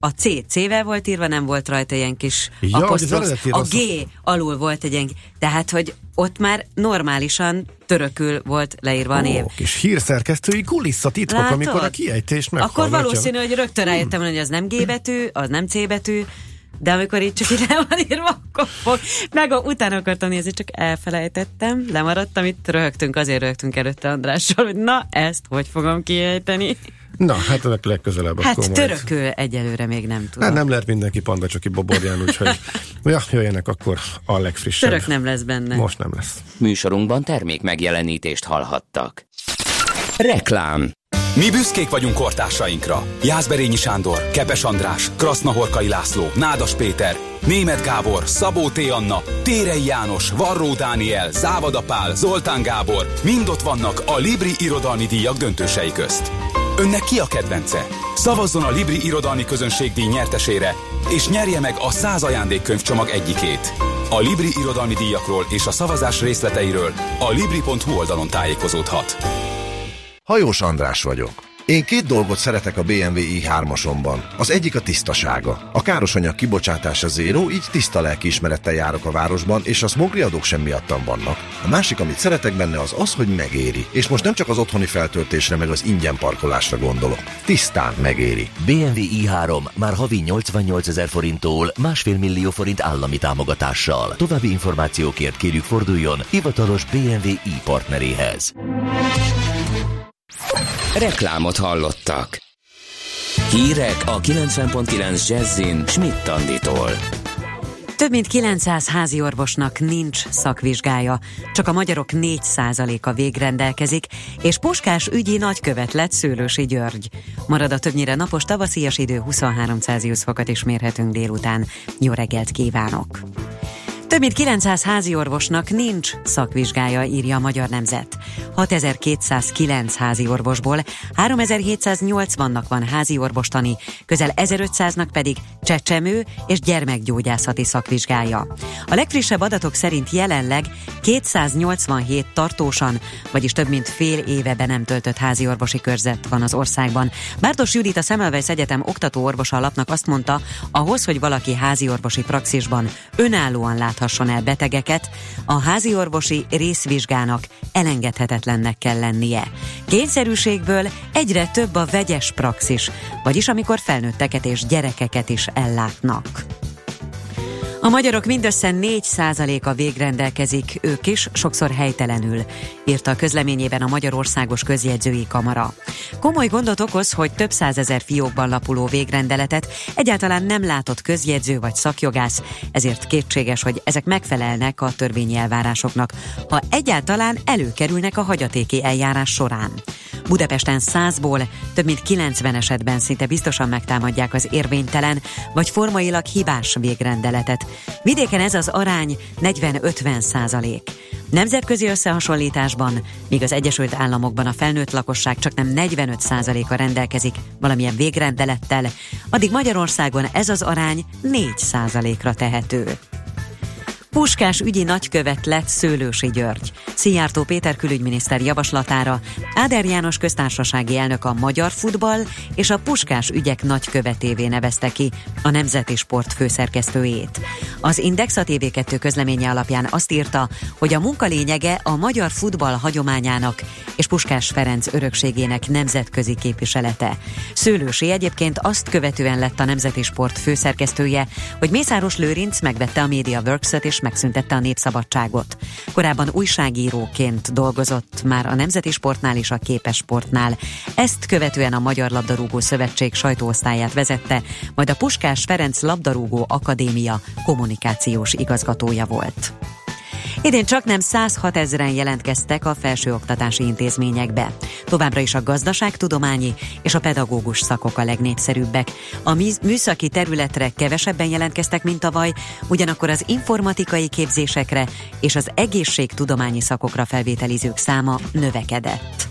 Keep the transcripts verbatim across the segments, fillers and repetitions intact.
a C C-vel volt írva, nem volt rajta ilyen kis ja, aposztrof, a G alul volt egy ilyen, tehát, hogy ott már normálisan törökül volt leírva a név. Ó, kis hírszerkesztői kulisszatitkok, Látod? amikor a kiejtést meghallgatja. Akkor valószínű, hogy rögtön rájöttem, hmm. hogy az nem G betű, az nem C betű, de amikor így csak így le van írva, akkor fog. Meg a, utána akartam nézni, csak elfelejtettem, lemaradtam, itt röhögtünk, azért röhögtünk előtte Andrással, hogy na, ezt hogy fogom kiejteni. Na, hát ennek legközelebb. Hát törökül egyelőre még nem tudom. Hát nem lehet mindenki Panda Csoki Boborján, úgyhogy ja, jöjjenek akkor a legfrissebb. Török nem lesz benne. Most nem lesz. Műsorunkban termék megjelenítést hallhattak. Reklám. Mi büszkék vagyunk kortársainkra. Jászberényi Sándor, Kepes András, Krasznahorkai László, Nádas Péter, Németh Gábor, Szabó T. Anna, Térei János, Varró Dániel, Závada Pál, Zoltán Gábor mind ott vannak a Libri Irodalmi Díjak döntősei közt. Önnek ki a kedvence? Szavazzon a Libri Irodalmi Közönségdíj nyertesére, és nyerje meg a száz ajándékkönyvcsomag egyikét. A Libri Irodalmi Díjakról és a szavazás részleteiről a libri pont hu oldalon tájékozódhat. Hajós András vagyok. Én két dolgot szeretek a bé em vé i hármasomban. Az egyik a tisztasága. A károsanyag kibocsátása zéró, így tiszta lelkiismerettel járok a városban, és a smogriadók sem miattam vannak. A másik, amit szeretek benne, az az, hogy megéri. És most nem csak az otthoni feltöltésre, meg az ingyen parkolásra gondolok. Tisztán megéri. bé em vé i három már havi nyolcvannyolcezer forinttól másfél millió forint állami támogatással. További információkért kérjük forduljon hivatalos bé em vé i partneréhez. Reklámot hallottak. Hírek a kilencven pont kilenc Jazzin Schmidt Anditól. Több mint kilencszáz házi orvosnak nincs szakvizsgája, csak a magyarok négy százaléka végrendelkezik, és Puskás ügyi nagykövet lett Szőlősi György. Marad a többnyire napos tavaszias idő, huszonhárom Celsius fokot is mérhetünk délután. Jó reggelt kívánok! Több mint kilencszáz házi orvosnak nincs szakvizsgája, írja a Magyar Nemzet. hatezer-kétszázkilenc házi orvosból háromezer-hétszáznyolcvannak van házi orvostani, közel ezerötszáznak pedig csecsemő és gyermekgyógyászati szakvizsgája. A legfrissebb adatok szerint jelenleg kétszáznyolcvanhét tartósan, vagyis több mint fél éve be nem töltött házi orvosi körzet van az országban. Bárdos Judit, a Semmelweis Egyetem oktató orvosa a lapnak azt mondta, ahhoz, hogy valaki házi orvosi praxisban önállóan láthasson el betegeket, a házi orvosi részvizsgának elengedhetetlennek kell lennie. Kényszerűségből egyre több a vegyes praxis, vagyis amikor felnőtteket és gyerekeket is ellátnak. A magyarok mindössze négy százaléka végrendelkezik, ők is sokszor helytelenül, írta a közleményében a Magyarországos Közjegyzői Kamara. Komoly gondot okoz, hogy több százezer fiókban lapuló végrendeletet egyáltalán nem látott közjegyző vagy szakjogász, ezért kétséges, hogy ezek megfelelnek a törvényi elvárásoknak, ha egyáltalán előkerülnek a hagyatéki eljárás során. Budapesten százból több mint kilencven esetben szinte biztosan megtámadják az érvénytelen vagy formailag hibás végrendeletet. Vidéken ez az arány negyven-ötven százalék. Nemzetközi összehasonlításban, míg az Egyesült Államokban a felnőtt lakosság csaknem negyvenöt százaléka rendelkezik valamilyen végrendelettel, addig Magyarországon ez az arány négy százalékra tehető. Puskás ügyi nagykövet lett Szőlősi György. Szijjártó Péter külügyminiszter javaslatára Áder János köztársasági elnök a magyar futball és a Puskás ügyek nagykövetévé nevezte ki a Nemzeti Sport főszerkesztőjét. Az Index a té vé kettő közleménye alapján azt írta, hogy a munka lényege a magyar futball hagyományának és Puskás Ferenc örökségének nemzetközi képviselete. Szőlősi egyébként azt követően lett a Nemzeti Sport főszerkesztője, hogy Mészáros Lőrinc megvette a MediaWorks-öt és megszüntette a Népszabadságot. Korábban újságíróként dolgozott már a Nemzeti Sportnál és a Képes Sportnál. Ezt követően a Magyar Labdarúgó Szövetség sajtóosztályát vezette, majd a Puskás Ferenc Labdarúgó Akadémia kommunikációs igazgatója volt. Idén csaknem százhat ezren jelentkeztek a felsőoktatási intézményekbe. Továbbra is a gazdaságtudományi és a pedagógus szakok a legnépszerűbbek. A műszaki területre kevesebben jelentkeztek, mint tavaly, ugyanakkor az informatikai képzésekre és az egészségtudományi szakokra felvételizők száma növekedett.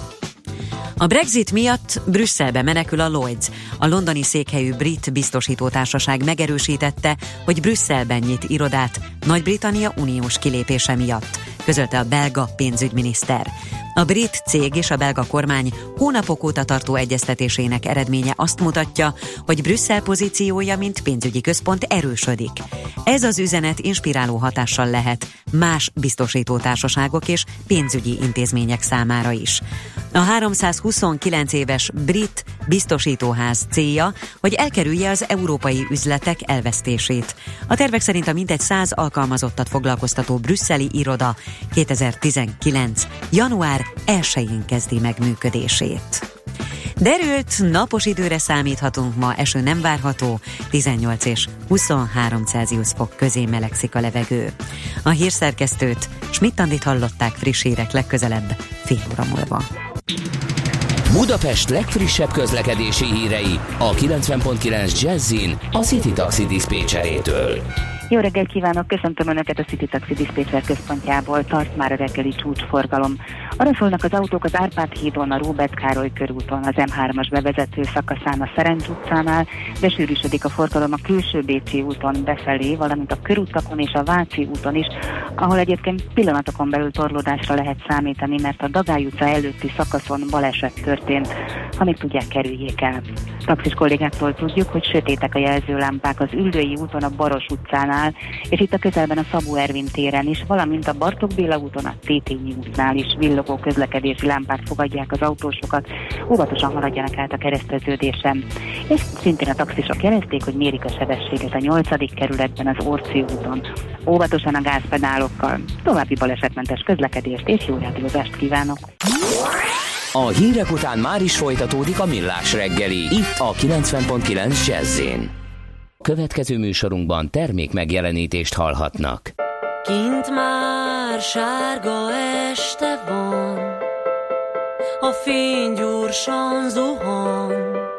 A Brexit miatt Brüsszelbe menekül a Lloyds. A londoni székhelyű brit biztosítótársaság megerősítette, hogy Brüsszelben nyit irodát Nagy-Britannia uniós kilépése miatt, közölte a belga pénzügyminiszter. A brit cég és a belga kormány hónapok óta tartó egyeztetésének eredménye azt mutatja, hogy Brüsszel pozíciója, mint pénzügyi központ erősödik. Ez az üzenet inspiráló hatással lehet más biztosítótársaságok és pénzügyi intézmények számára is. A háromszázhuszonkilenc éves brit biztosítóház célja, hogy elkerülje az európai üzletek elvesztését. A tervek szerint a mintegy száz alkalmazottat foglalkoztató brüsszeli iroda kétezer-tizenkilenc. január elsején kezdi meg működését. Derült, napos időre számíthatunk ma, eső nem várható, tizennyolc és huszonhárom Celsius fok közé melegszik a levegő. A hírszerkesztőt, Schmidt-Andit hallották, friss hírek legközelebb, fél óra múlva. Budapest legfrissebb közlekedési hírei a kilencven pont kilenc Jazzin a City Taxi diszpécserétől. Jó reggelt kívánok, köszöntöm Önöket a City Taxi diszpécser központjából, tart már a reggeli csúcsforgalom. Arra szólnak az autók az Árpád hídon, a Róbert Károly körúton, az em hármas bevezető szakaszán a Szerencs utcánál, besűrűsödik a forgalom a külső Bécsi úton befelé, valamint a körútakon és a Váci úton is, ahol egyébként pillanatokon belül torlódásra lehet számítani, mert a Dagály utca előtti szakaszon baleset történt, amit tudják, kerüljék el. Taxis kollégáktól tudjuk, hogy sötétek a jelzőlámpák az Üllői úton, a Baros utcánál, és itt a közelben a Szabó Ervin téren is, valamint a Bartók Béla úton, a Tétényi útnál is villogó közlekedési lámpák fogadják az autósokat, óvatosan haladjanak át a kereszteződésen. És szintén a taxisok jelezték, hogy mérik a sebességet a nyolcadik kerületben az Orci úton. Óvatosan a gázpedálokkal. További balesetmentes közlekedést és jó rádiózást kívánok! A hírek után már is folytatódik a Millás reggeli, itt a kilencven pont kilenc Jazzin. Következő műsorunkban termék megjelenítést hallhatnak. Kint már sárga este van, a fény gyorsan zuhan,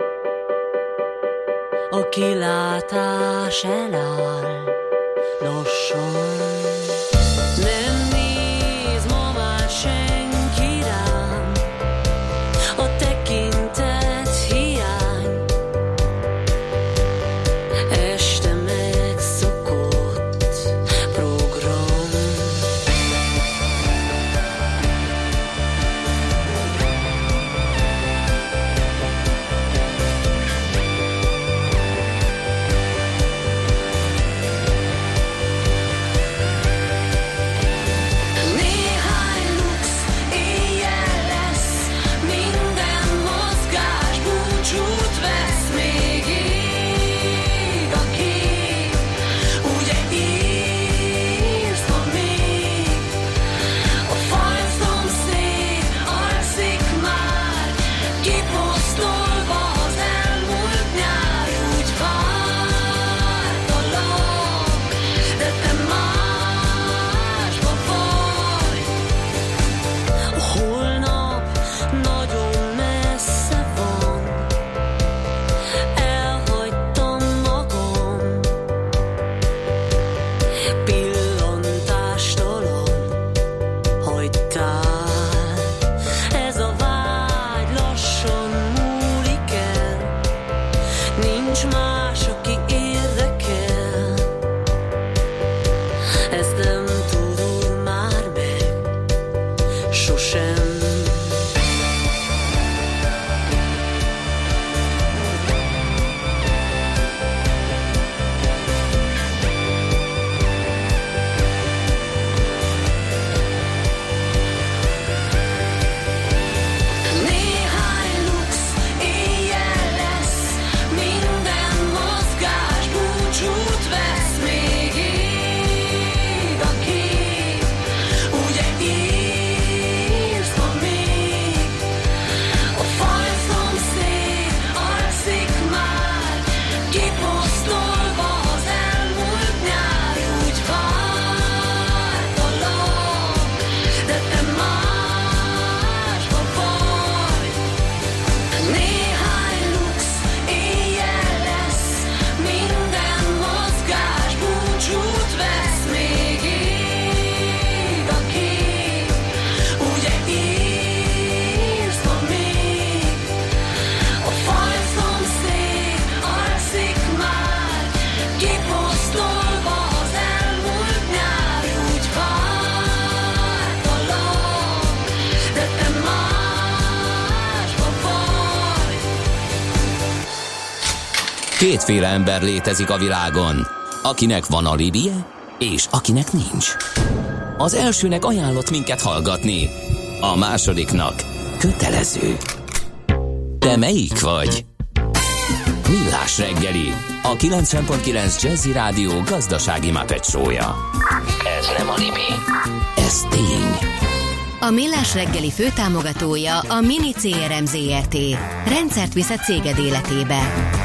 a kilátás eláll lassan. Nem néz ma már senki rám, a tekintet hiány, este megszokott program. Néhány lux éjjel lesz, minden mozgás Kétféle ember létezik a világon, akinek van alibije, és akinek nincs. Az elsőnek ajánlott minket hallgatni, a másodiknak kötelező. Te melyik vagy? Millás reggeli, a kilencven pont kilenc Jazzy Rádió gazdasági Muppet show-ja. Ez nem anime, ez tény. A Millás reggeli főtámogatója a Mini cé er em Zrt. Rendszert visz a céged életébe.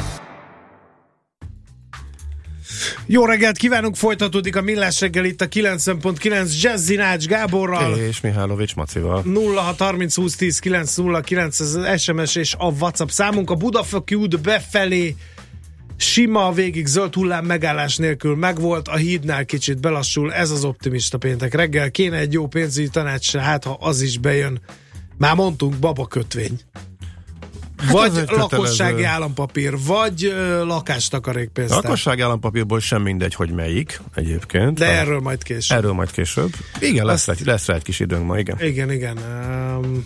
Jó reggelt kívánunk, folytatódik a Millás reggel itt a kilencven pont kilenc Jazzy Nács Gáborral. És Mihálovics Macival. nulla hat harminc húsz tíz kilenc nulla kilenc az es em es és a WhatsApp számunk. A Budafok út befelé sima, végig zöld hullám megállás nélkül megvolt, a hídnál kicsit belassul, ez az optimista péntek reggel. Kéne egy jó pénzügyi tanács, hát ha az is bejön. Már mondtunk, babakötvény. Hát vagy lakossági állampapír, vagy uh, lakástakarékpénztár. Lakossági állampapírból sem mindegy, hogy melyik egyébként. De erről majd később. Erről majd később. Igen, lesz, Azt... lesz rá egy kis időnk ma, igen. Igen, igen. Um,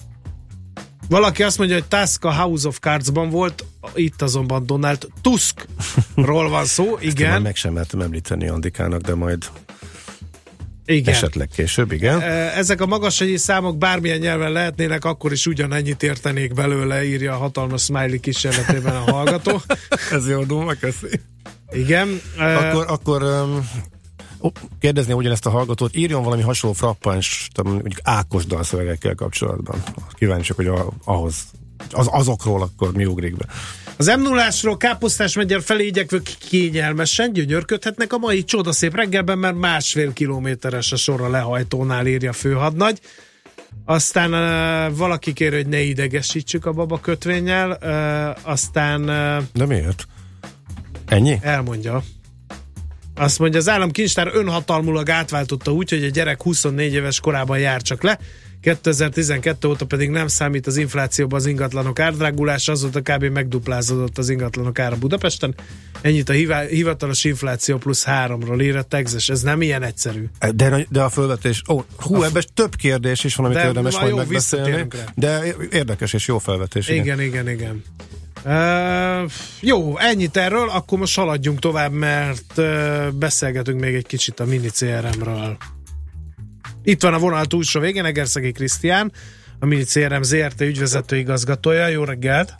valaki azt mondja, hogy Tusk a House of Cards-ban volt, itt azonban Donald Tuskról van szó, igen. Ezt meg sem mertem említeni Andikának, de majd igen. Esetleg később, igen. Ezek a magashegyi számok bármilyen nyelven lehetnének, akkor is ugyanennyit értenék belőle, írja a hatalmas smiley kísérletében a hallgató. Ez jó duma, köszi. Igen. Akkor, akkor um, kérdezni ugyanezt a hallgatót, írjon valami hasonló frappáns, mondjuk Ákos dalszövegekkel kapcsolatban. Kíváncsiak, hogy a, ahhoz, az, azokról akkor mi ugrik be. Az em nullásról Káposztás megyer felé igyekvők kényelmesen gyönyörködhetnek a mai csodaszép reggelben, mert másfél kilométeres a sor a lehajtónál, írja a főhadnagy. Aztán uh, valaki kér, hogy ne idegesítsük a babakötvényel, uh, aztán... Uh, De miért? Ennyi? Elmondja. Azt mondja, az államkincstár önhatalmulag átváltotta úgy, hogy a gyerek huszonnégy éves korában jár csak le, kétezer-tizenkettő óta pedig nem számít az inflációban az ingatlanok árdrágulása, azóta kb. Megduplázódott az ingatlanok ára Budapesten. Ennyit a hivatalos infláció plusz háromról ír a Texas. Ez nem ilyen egyszerű. De, de a fölvetés, ó, hú, ebben több kérdés is van, amit de érdemes majd megbeszélni. De érdekes és jó felvetés. Igen, igen, igen. igen. Uh, jó, ennyit erről, akkor most haladjunk tovább, mert uh, beszélgetünk még egy kicsit a Mini cé er em-ről. Itt van a vonal túlsó végén Egerszegi Krisztián, a Mini cé er em Zrt. Ügyvezető igazgatója. Jó reggelt!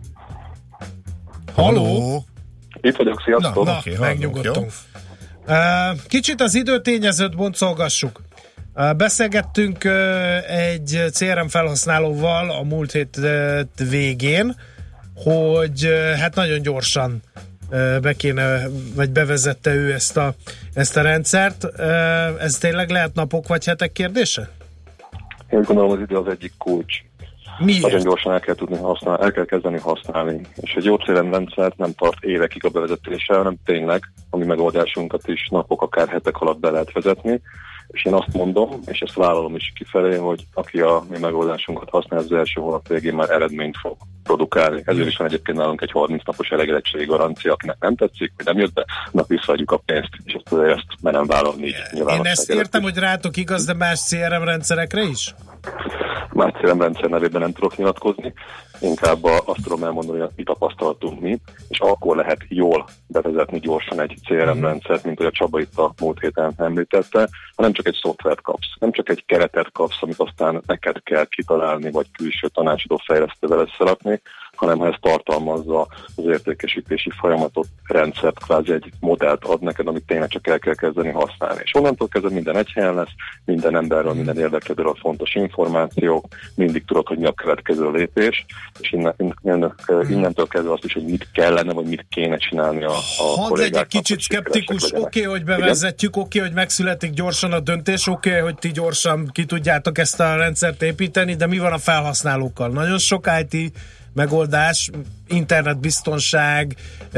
Halló! Itt vagyok, sziasztok! Na, na okay, megnyugodtunk. Uh, kicsit az időtényezőt boncolgassuk. Uh, beszélgettünk uh, egy cé er em felhasználóval a múlt hét uh, végén, hogy uh, hát nagyon gyorsan uh, be kéne, vagy bevezette ő ezt a, ezt a rendszert. Uh, ez tényleg lehet napok vagy hetek kérdése? Én gondolom, az idő az egyik kulcs. Miért? Nagyon gyorsan el kell tudni használni, el kell kezdeni használni. És egy jó cé er em rendszert nem tart évekig a bevezetése, hanem tényleg a mi megoldásunkat is napok, akár hetek alatt be lehet vezetni. És én azt mondom, és ezt vállalom is kifelé, hogy aki a mi megoldásunkat használ, az első hónap végén már eredményt fog produkálni. Ezért is van egyébként nálunk egy harminc napos elégedettségi garancia, akinek nem tetszik, hogy nem jött be, annak visszaadjuk a pénzt, és ezt, ezt merem vállalni így. Én ezt értem, hogy rátok igaz, de más cé er em rendszerekre is? Más cé er em rendszer nevében nem tudok nyilatkozni, inkább azt tudom elmondani, hogy mit tapasztaltunk mi, és akkor lehet jól bevezetni gyorsan egy cé er em rendszert, mint hogy a Csaba itt a múlt héten említette, hanem csak egy szoftvert kapsz, nem csak egy keretet kapsz, amit aztán neked kell kitalálni, vagy külső tanácsadó fejlesztővel összerakni, hanem ha ez tartalmazza az értékesítési folyamatot, rendszert, kvázi egy modellt ad neked, amit tényleg csak el kell kezdeni használni. És onnantól kezdve minden egy helyen lesz, minden emberről, minden érdeklődőről fontos információk, mindig tudod, hogy mi a következő lépés, és innen, innen, innentől kezdve azt is, hogy mit kellene, vagy mit kéne csinálni a, a Hadd legyek kicsit szkeptikus, oké, okay, hogy bevezetjük, oké, okay, hogy megszületik gyorsan a döntés, oké, okay, hogy ti gyorsan ki tudjátok ezt a rendszert építeni, de mi van a felhasználókkal? Nagyon sok i té megoldás, internetbiztonság,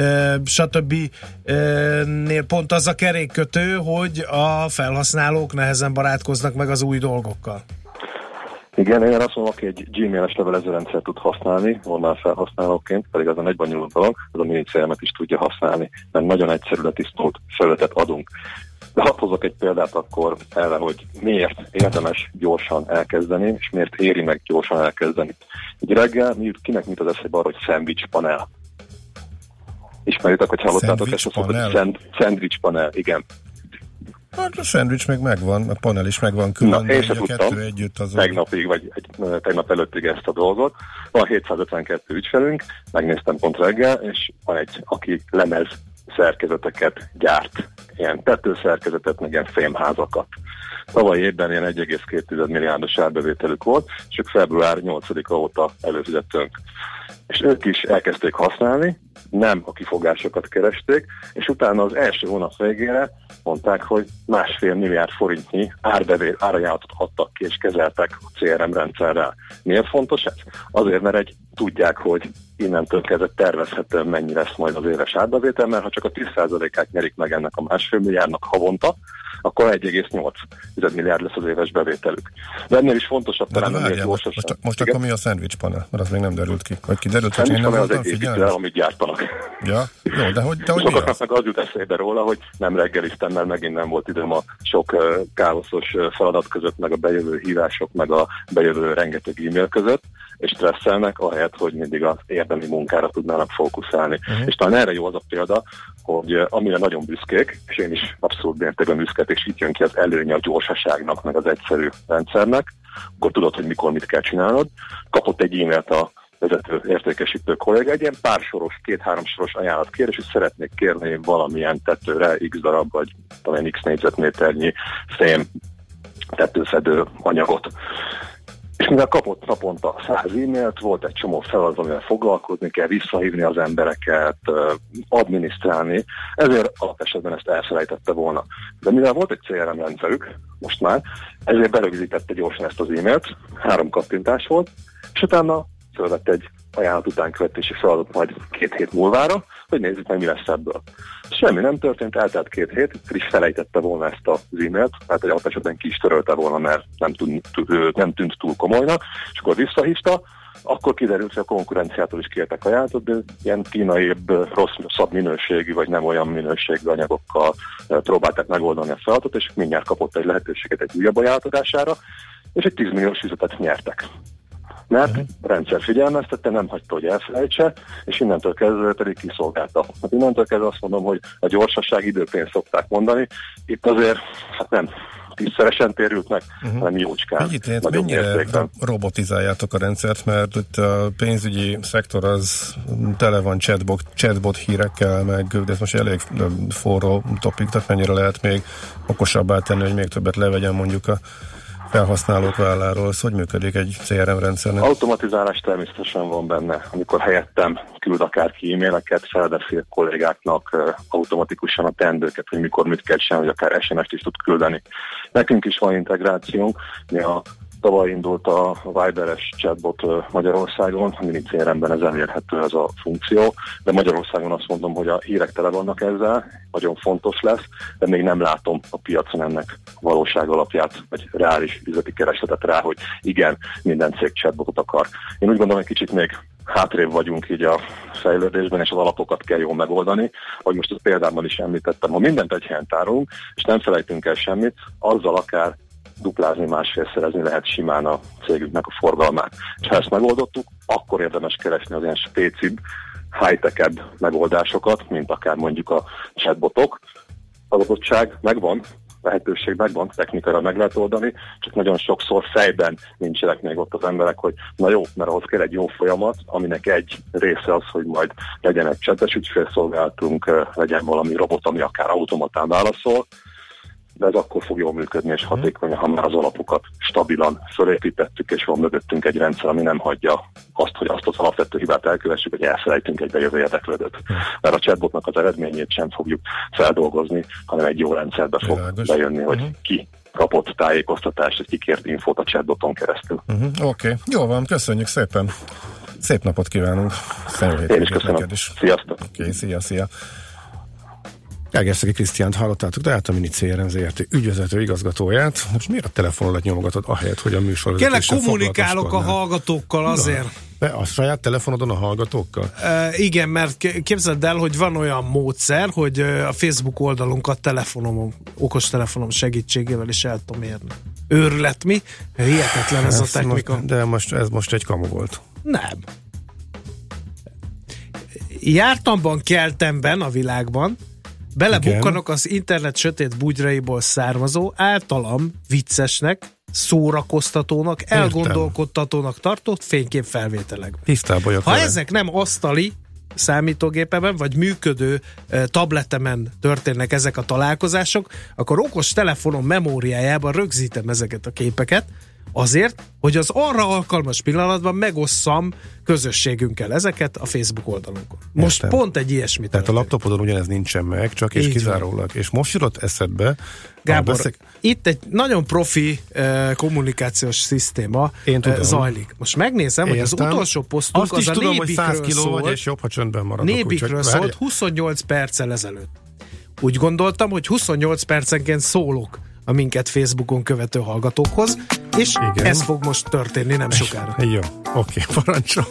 stb. Nél pont az a kerékkötő, hogy a felhasználók nehezen barátkoznak meg az új dolgokkal. Igen, én azt mondom, aki egy Gmail-es levelező rendszert tud használni, normál felhasználóként, pedig az a nagyban nyúló dolog, az a Mini cé er em-et is tudja használni, mert nagyon egyszerű letisztult felületet adunk. De hadd hozok egy példát akkor erre, hogy miért érdemes gyorsan elkezdeni, és miért éri meg gyorsan elkezdeni. Egy reggel, kinek mit az eszébe arra, hogy szendvics panel? Ismeritek, hogy hallottátok ezt a szót, hogy szendvics panel, igen. Hát a szendvics még megvan, a panel is megvan külön, de a kettő együtt azon. Tegnapig, vagy egy, tegnap előttig ezt a dolgot. Van hétszázötvenkettő ügyfelünk, megnéztem pont reggel, és van egy, aki lemez szerkezeteket gyárt, ilyen tetőszerkezetet, meg ilyen fémházakat. Tavalyi évben ilyen egy egész két milliárdos árbevételük volt, és ők február nyolcadika óta előfizetőnk. És ők is elkezdték használni, nem a kifogásokat keresték, és utána az első hónap végére mondták, hogy másfél milliárd forintnyi árbevé, árajánlatot adtak ki és kezeltek a cé er em rendszerrel. Miért fontos ez? Azért, mert egy tudják, hogy innentől kezdve tervezhetően mennyi lesz majd az éves árbevétel, mert ha csak a tíz százalékát nyerik meg ennek a másfél milliárdnak havonta, akkor egy egész nyolc milliárd lesz az éves bevételük. De ennél is fontosabb talán, hogy egy most, most, most akkor mi a szendvics panel? Mert az még nem derült ki. Vagy kiderült, hogy én nem voltam figyelni? Szendvics panel az egy építő, amit gyártanak. Ja, jó, de hogy, de hogy sokaknak meg az jut eszébe róla, hogy nem reggeliztem, mert megint nem volt időm a sok uh, káoszos uh, feladat között, meg a bejövő hívások, meg a bejövő rengeteg e-mail között, és stresszelnek, ahelyett, hogy mindig az érdemi munkára tudnának fókuszálni. Uh-huh. És talán erre jó az a példa, hogy uh, amire nagyon büszkék, és én is abszolút mértékben büszkék, és itt jön ki az előnye a gyorsaságnak, meg az egyszerű rendszernek, akkor tudod, hogy mikor mit kell csinálnod. Kapott egy e-mailt a vezető értékesítő kolléga, egy ilyen pár soros, két-három soros ajánlat kér, és hogy szeretnék kérni valamilyen tetőre x darab, vagy talán x négyzetméternyi fém tetőfedő anyagot. És mivel kapott naponta száz e-mailt, volt egy csomó feladat, amivel foglalkozni kell, visszahívni az embereket, adminisztrálni, ezért alapesetben ezt elfelejtette volna. De mivel volt egy cé er em rendszerük, most már, ezért berögzítette gyorsan ezt az e-mailt, három kattintás volt, és utána fölvett egy ajánlat utánkövetési feladat majd két hét múlvára, hogy nézzük meg, mi lesz ebből. Semmi nem történt, eltelt két hét, is felejtette volna ezt az e-mailt, tehát egy alapesetben ki is törölte volna, mert nem tűnt, nem tűnt túl komolynak, és akkor visszahívta, akkor kiderült, hogy a konkurenciától is kértek ajánlatot, de ilyen kínaibb, rosszabb minőségű, vagy nem olyan minőségű anyagokkal próbálták megoldani a feladatot, és mindjárt kapott egy lehetőséget egy újabb ajánlatodására, és egy tíz milliós üzletet nyertek. Mert uh-huh. a rendszer figyelmeztette, nem hagyta, hogy elfelejtse, és innentől kezdve pedig kiszolgálta. Hát innentől kezdve azt mondom, hogy a gyorsaság időpénzt szokták mondani, itt azért hát nem tízszeresen térült meg, uh-huh. hanem jócskán. Egyébként mennyire robotizáljátok a rendszert, mert itt a pénzügyi szektor az tele van chatbot, chatbot hírekkel, meg de ez most elég forró topik, tehát mennyire lehet még okosabbá tenni, hogy még többet levegyen mondjuk a felhasználók válláról. Ez hogy működik egy cé er em rendszernek? Automatizálás természetesen van benne. Amikor helyettem küld akárki e-maileket, felbeszél kollégáknak uh, automatikusan a teendőket, hogy mikor mit kell csinálni, hogy akár es em est is tud küldeni. Nekünk is van integrációnk, mi a tavaly indult a Viberes chatbot Magyarországon, a mini cé er em-ben ez elérhető ez a funkció, de Magyarországon azt mondom, hogy a hírek tele vannak ezzel, nagyon fontos lesz, de még nem látom a piacon ennek valóság alapját, vagy reális üzleti keresletet rá, hogy igen, minden cég chatbotot akar. Én úgy gondolom, hogy kicsit még hátrébb vagyunk így a fejlődésben, és az alapokat kell jól megoldani. Ahogy most a példában is említettem, ha mindent egy helyen tárolunk, és nem felejtünk el semmit, azzal akár duplázni, másfélszerezni lehet simán a cégünknek a forgalmát. És ha ezt megoldottuk, akkor érdemes keresni az ilyen spécibb, high-tech-ebb megoldásokat, mint akár mondjuk a chatbotok. Az adottság megvan, lehetőség megvan, technikára meg lehet oldani, csak nagyon sokszor fejben nincsenek még ott az emberek, hogy na jó, mert ahhoz kell egy jó folyamat, aminek egy része az, hogy majd legyen egy chates ügyfélszolgálatunk, legyen valami robot, ami akár automatán válaszol, de ez akkor fog jól működni és hatékonyan, ha már az alapokat stabilan fölépítettük, és van mögöttünk egy rendszer, ami nem hagyja azt, hogy azt az alapvető hibát elkövessük, hogy elfelejtünk egy bejövő érdeklődőt. Mert a chatbotnak az eredményét sem fogjuk feldolgozni, hanem egy jó rendszerbe fog Világos. bejönni, hogy uh-huh. ki kapott tájékoztatást, hogy ki kért infót a chatboton keresztül. Uh-huh. Oké, okay. Jó van, köszönjük szépen. Szép napot kívánunk. Én is köszönöm. Is. Sziasztok. Oké, okay, szia, szia. Elgerszegi Krisztiánt hallottátok, de hát a Mini cé er em zé er té ügyvezető igazgatóját. Most miért a telefonodat nyomogatod, ahelyett, hogy a műsorvezetéssel foglalkozkodnál? Kommunikálok a hallgatókkal azért. De a saját telefonodon a hallgatókkal? E, igen, mert képzeld el, hogy van olyan módszer, hogy a Facebook oldalunkat telefonom, okostelefonom segítségével is el tudom érni. Őrület mi? Hihetetlen ez, ez a technika. Most, de most, ez most egy kamu volt. Nem. Jártamban, keltemben a világban, belebukkanok az internet sötét bugyraiból származó, általam viccesnek, szórakoztatónak, Értem. elgondolkodtatónak tartott fényképfelvételek. Tisztában vagyok Ha vele. ezek nem asztali számítógépemen, vagy működő uh, tabletemen történnek ezek a találkozások, akkor okos telefonom memóriájában rögzítem ezeket a képeket, azért, hogy az arra alkalmas pillanatban megosszam közösségünkkel ezeket a Facebook oldalunkon. Most Értem. pont egy ilyesmit. Tehát a laptopodon ugyanez nincsen meg, csak és Így kizárólag. És most jutott eszedbe, Gábor, beszél... itt egy nagyon profi uh, kommunikációs szisztéma Én tudom. uh, zajlik. Most megnézem, hogy az Értem. utolsó posztunk Azt az is a tudom, hogy száz Nébikről kiló vagy, szólt. és jobb, ha csöndben maradok. Nébikről úgyhogy szólt várj. huszonnyolc perccel ezelőtt. Úgy gondoltam, hogy huszonnyolc percenként szólok a minket Facebookon követő hallgatókhoz, és Igen. ez fog most történni nem sokára. Jó, oké, parancsolj.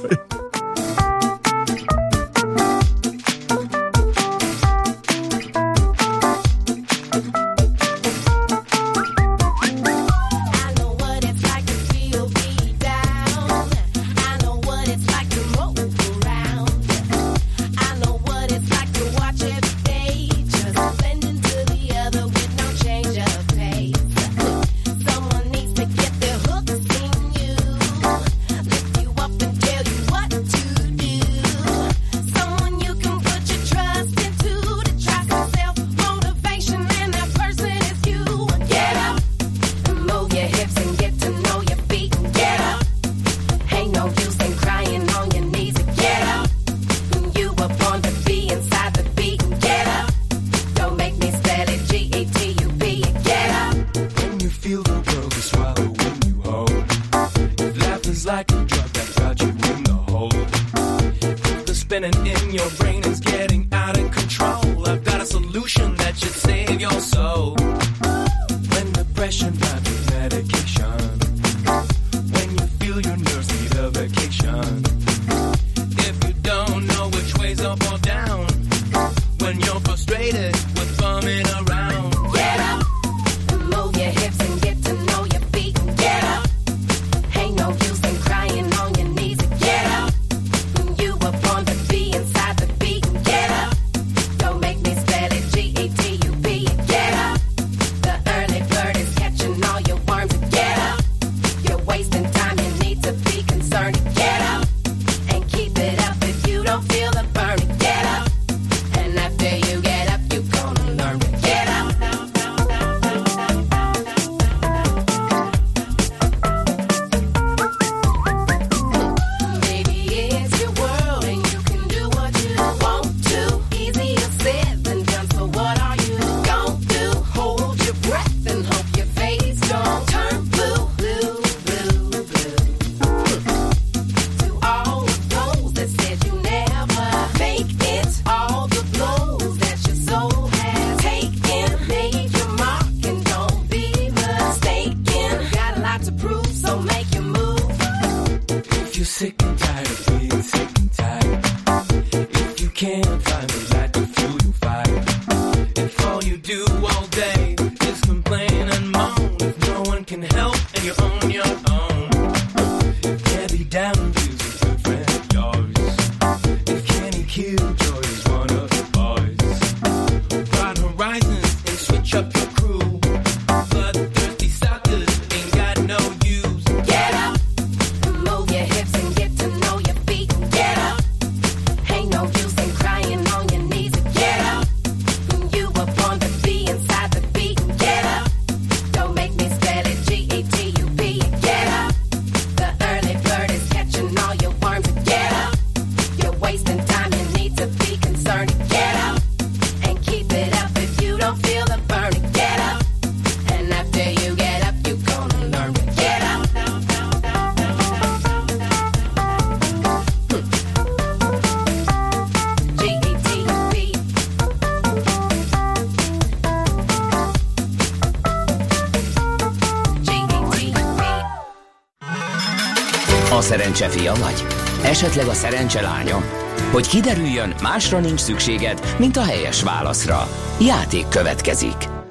A szerencse fia vagy? Esetleg a szerencse lánya? Hogy kiderüljön, másra nincs szükséged, mint a helyes válaszra. Játék következik.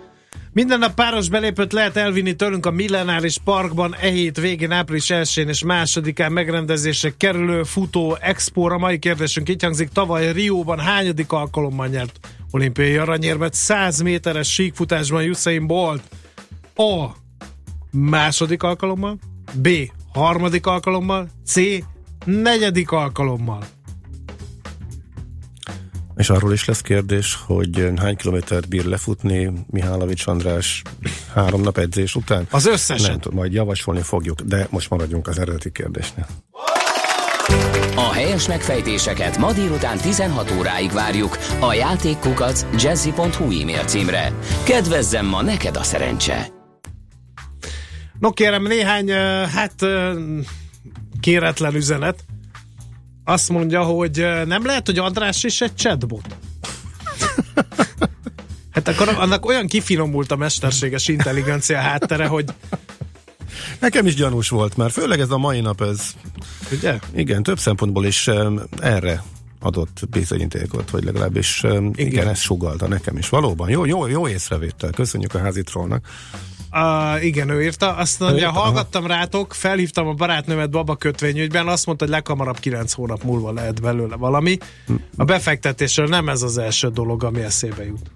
Minden nap páros belépőt lehet elvinni tőlünk a Millenáris Parkban e hét végén, április elsején és másodikán megrendezésre kerülő futó expóra. Mai kérdésünk így hangzik: tavaly Rióban hányadik alkalommal nyert olimpiai aranyérmet száz méteres síkfutásban Usain Bolt? A. Második alkalommal, B. Harmadik alkalommal, C. Negyedik alkalommal. És arról is lesz kérdés, hogy hány kilométert bír lefutni Mihálovics András három nap edzés után? Az összesen. Nem tudom, majd javasolni fogjuk, de most maradjunk az eredeti kérdésnél. A helyes megfejtéseket ma délután tizenhat óráig várjuk a játékkukac jazzy pont hu e-mail címre. Kedvezzem ma neked a szerencse! No kérem, néhány, hát kéretlen üzenet. Azt mondja, hogy nem lehet, hogy András is egy chatbot. Hát akkor annak olyan kifinomult a mesterséges intelligencia háttere, hogy... Nekem is gyanús volt már, főleg ez a mai nap, ez... Ugye? Igen, több szempontból is um, erre adott bizonyítékot, vagy legalábbis um, igen. igen, ez sugallta nekem is. Valóban, jó, jó, jó észrevétel, köszönjük a házitrollnak. Uh, igen, ő írta. Azt mondja, hallgattam rátok, felhívtam a barátnőmet Baba kötvényügyben, azt mondta, hogy leghamarabb kilenc hónap múlva lehet belőle valami. A befektetésről nem ez az első dolog, ami eszébe jut.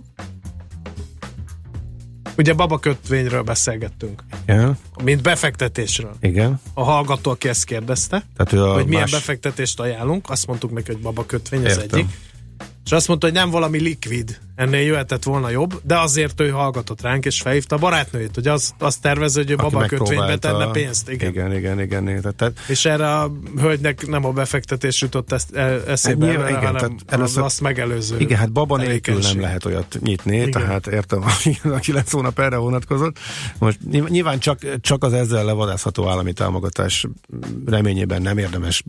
Ugye Baba kötvényről beszélgettünk. Igen. Mint befektetésről. Igen. A hallgató, aki ezt kérdezte, Tehát, hogy milyen más... befektetést ajánlunk, azt mondtuk neki, hogy Baba kötvény az Értem. egyik. És azt mondta, hogy nem valami likvid, ennél jöhetett volna jobb, de azért ő hallgatott ránk, és felhívta a barátnőjét, hogy azt, azt tervező, hogy ő Baba kötvénybe tenne pénzt. Igen, igen, igen. igen, igen. Tehát... És erre a hölgynek nem a befektetés jutott ezt, eszébe, hát, nyilván, igen, hanem először, azt megelőző. Igen, hát Baba nélkül nem lehet olyat nyitni, igen. Tehát értem, a kilenc hónap erre vonatkozott. Most nyilván csak, csak az ezzel levadászható állami támogatás reményében nem érdemes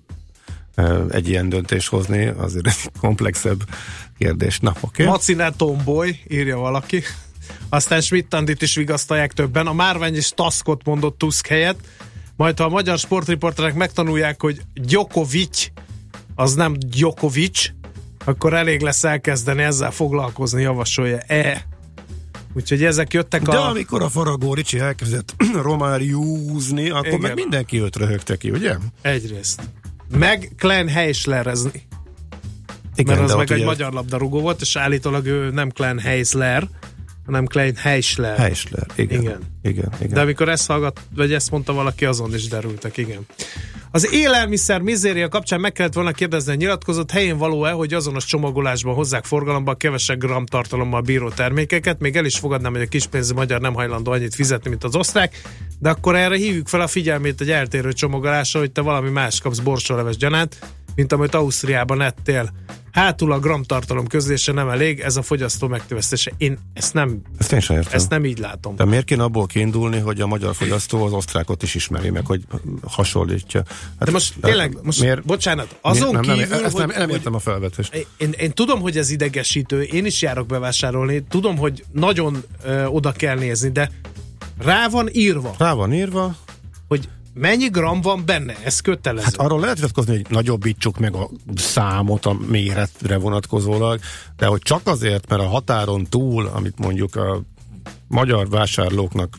egy ilyen döntést hozni, azért egy komplexebb kérdés. Na, oké. Okay. Maci ne tomboly, írja valaki. Aztán Schmidt-Andit is vigasztalják többen. A márvány is Taskot mondott Tusk helyett. Majd ha a magyar sportriporterek megtanulják, hogy Djokovic az nem Djokovic, akkor elég lesz elkezdeni ezzel foglalkozni, javasolja E. Úgyhogy ezek jöttek De a... De amikor a Faragó Ricsi elkezdett Romáriúzni, akkor igen. Meg mindenki őt röhögte ki, ugye? Egyrészt. Meg Klein Heislerezni. Igen, mert az meg egy ugye... magyar labdarúgó volt, és állítólag ő nem Klein Heisler, hanem Klein Heisler. Heisler, igen. Igen. igen, igen. De amikor ezt hallgat, vagy ezt mondta valaki, azon is derültek, igen. Az élelmiszer mizéria kapcsán meg kellett volna kérdezni a nyilatkozat, helyén való-e, hogy azonos csomagolásban hozzák forgalomba kevesebb gram tartalommal bíró termékeket, még el is fogadnám, hogy a kispénzű magyar nem hajlandó annyit fizetni, mint az osztrák, de akkor erre hívjuk fel a figyelmét egy eltérő csomagolásra, hogy te valami más kapsz borsóleves gyanát, mint amit Ausztriában ettél. Hátul a gramtartalom közlése nem elég, ez a fogyasztó megtévesztése. Én ezt nem, ezt, én sem értem. Ezt nem így látom. De miért kéne abból kiindulni, hogy a magyar fogyasztó az osztrákot is ismeri meg, hogy hasonlítja? Hát, de most de, tényleg, most miért, bocsánat, azon miért, nem, kívül, nem, ezt hogy, nem, nem értem a felvetést. Én, én tudom, hogy ez idegesítő, én is járok bevásárolni, tudom, hogy nagyon ö, oda kell nézni, de rá van írva. Rá van írva. Hogy mennyi gram van benne? Ez kötelező. Hát arról lehet vitatkozni, hogy nagyobbítsuk meg a számot a méretre vonatkozólag, de hogy csak azért, mert a határon túl, amit mondjuk a magyar vásárlóknak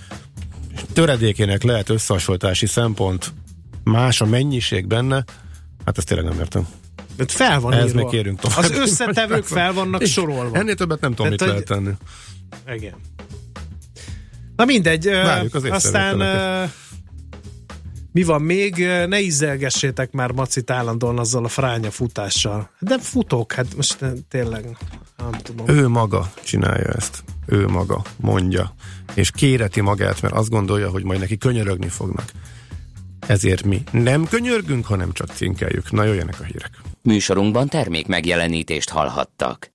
töredékének lehet összehasonlítási szempont, más a mennyiség benne, hát ezt tényleg nem értem. De fel van Ez írva. meg kérünk tovább. Az összetevők fel vannak sorolva. Ennél többet nem tudom, Tehát, mit lehet tenni. Igen. Na mindegy. Várjuk az aztán mi van még? Ne ízelgessétek már Macit állandóan azzal a fránya futással. De futok, hát most tényleg nem tudom. Ő maga csinálja ezt. Ő maga mondja. És kéreti magát, mert azt gondolja, hogy majd neki könyörögni fognak. Ezért mi nem könyörgünk, hanem csak cinkeljük. Na, jöjjenek a hírek. Műsorunkban termék megjelenítést hallhattak.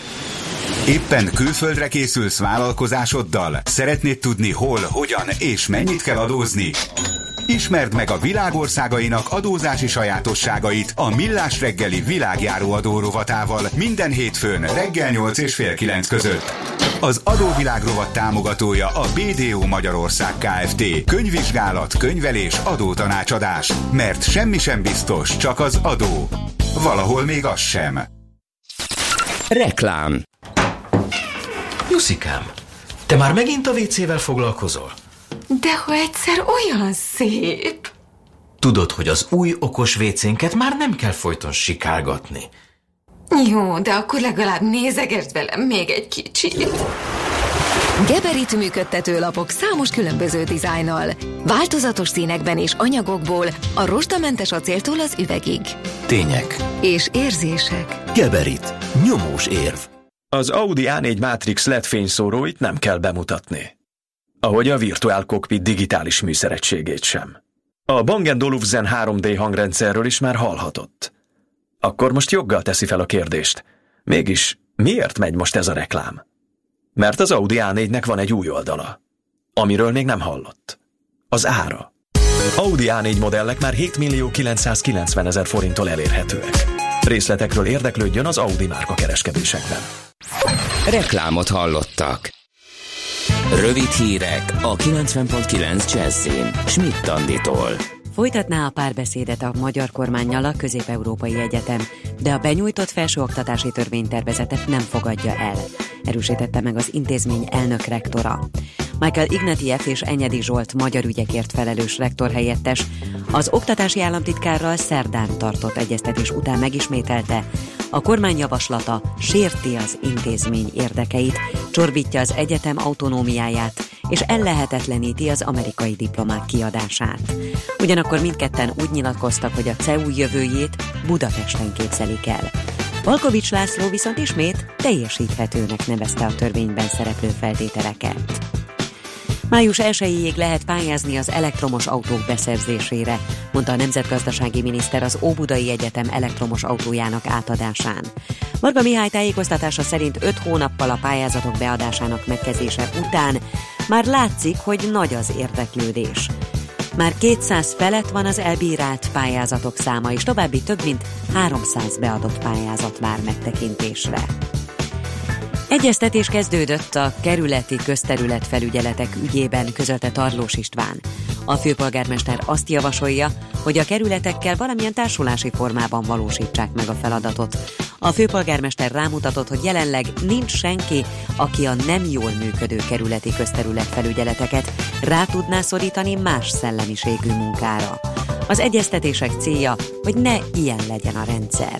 Éppen külföldre készülsz vállalkozásoddal? Szeretnéd tudni hol, hogyan és mennyit kell adózni? Ismerd meg a világországainak adózási sajátosságait a Millás reggeli világjáró adó rovatával minden hétfőn reggel nyolc és fél kilenc között. Az adóvilág rovat támogatója a bé dé o Magyarország Kft. Könyvvizsgálat, könyvelés, adótanácsadás. Mert semmi sem biztos, csak az adó. Valahol még az sem. Reklám. Jusszikám, Te már megint a vécével foglalkozol? De ha egyszer olyan szép. Tudod, hogy az új okos vécénket már nem kell folyton sikálgatni. Jó, de akkor legalább nézegesd velem még egy kicsit. Geberit működtető lapok számos különböző dizájnnal, változatos színekben és anyagokból, a rozsdamentes acéltól az üvegig. Tények. És érzések. Geberit. Nyomós érv. Az Audi á négy Matrix el é dé fényszóróit nem kell bemutatni. Ahogy a Virtual Cockpit digitális műszeregységét sem. A Bang and Olufsen három dé hangrendszerről is már hallhatott. Akkor most joggal teszi fel a kérdést. Mégis miért megy most ez a reklám? Mert az Audi á négynek van egy új oldala, amiről még nem hallott. Az ára. Audi á négy modellek már hétmillió-kilencszázkilencvenezer forinttól elérhetőek. Részletekről érdeklődjön az Audi márka kereskedésekben. Reklámot hallottak. Rövid hírek a kilencven pont kilenc Jazzin Schmidt Anditól. Folytatná a párbeszédet a magyar kormánnyal a Közép-Európai Egyetem, de a benyújtott felsőoktatási törvénytervezetet nem fogadja el, erősítette meg az intézmény elnök rektora. Michael Ignatieff és Enyedi Zsolt magyar ügyekért felelős rektor helyettes az oktatási államtitkárral szerdán tartott egyeztetés után megismételte, a kormány javaslata sérti az intézmény érdekeit, csorbítja az egyetem autonómiáját és ellehetetleníti az amerikai diplomák kiadását. Ugyanakkor mindketten úgy nyilatkoztak, hogy a cé e u jövőjét Budapesten képzelik el. Palkovics László viszont ismét teljesíthetőnek nevezte a törvényben szereplő feltételeket. május elsejéig lehet pályázni az elektromos autók beszerzésére, mondta a nemzetgazdasági miniszter az Óbudai Egyetem elektromos autójának átadásán. Varga Mihály tájékoztatása szerint öt hónappal a pályázatok beadásának megkezdése után már látszik, hogy nagy az érdeklődés. Már kétszáz felett van az elbírált pályázatok száma, és további több mint háromszáz beadott pályázat vár megtekintésre. Egyeztetés kezdődött a kerületi közterületfelügyeletek ügyében, közölte Tarlós István. A főpolgármester azt javasolja, hogy a kerületekkel valamilyen társulási formában valósítsák meg a feladatot. A főpolgármester rámutatott, hogy jelenleg nincs senki, aki a nem jól működő kerületi közterületfelügyeleteket rá tudná szorítani más szellemiségű munkára. Az egyeztetések célja, hogy ne ilyen legyen a rendszer.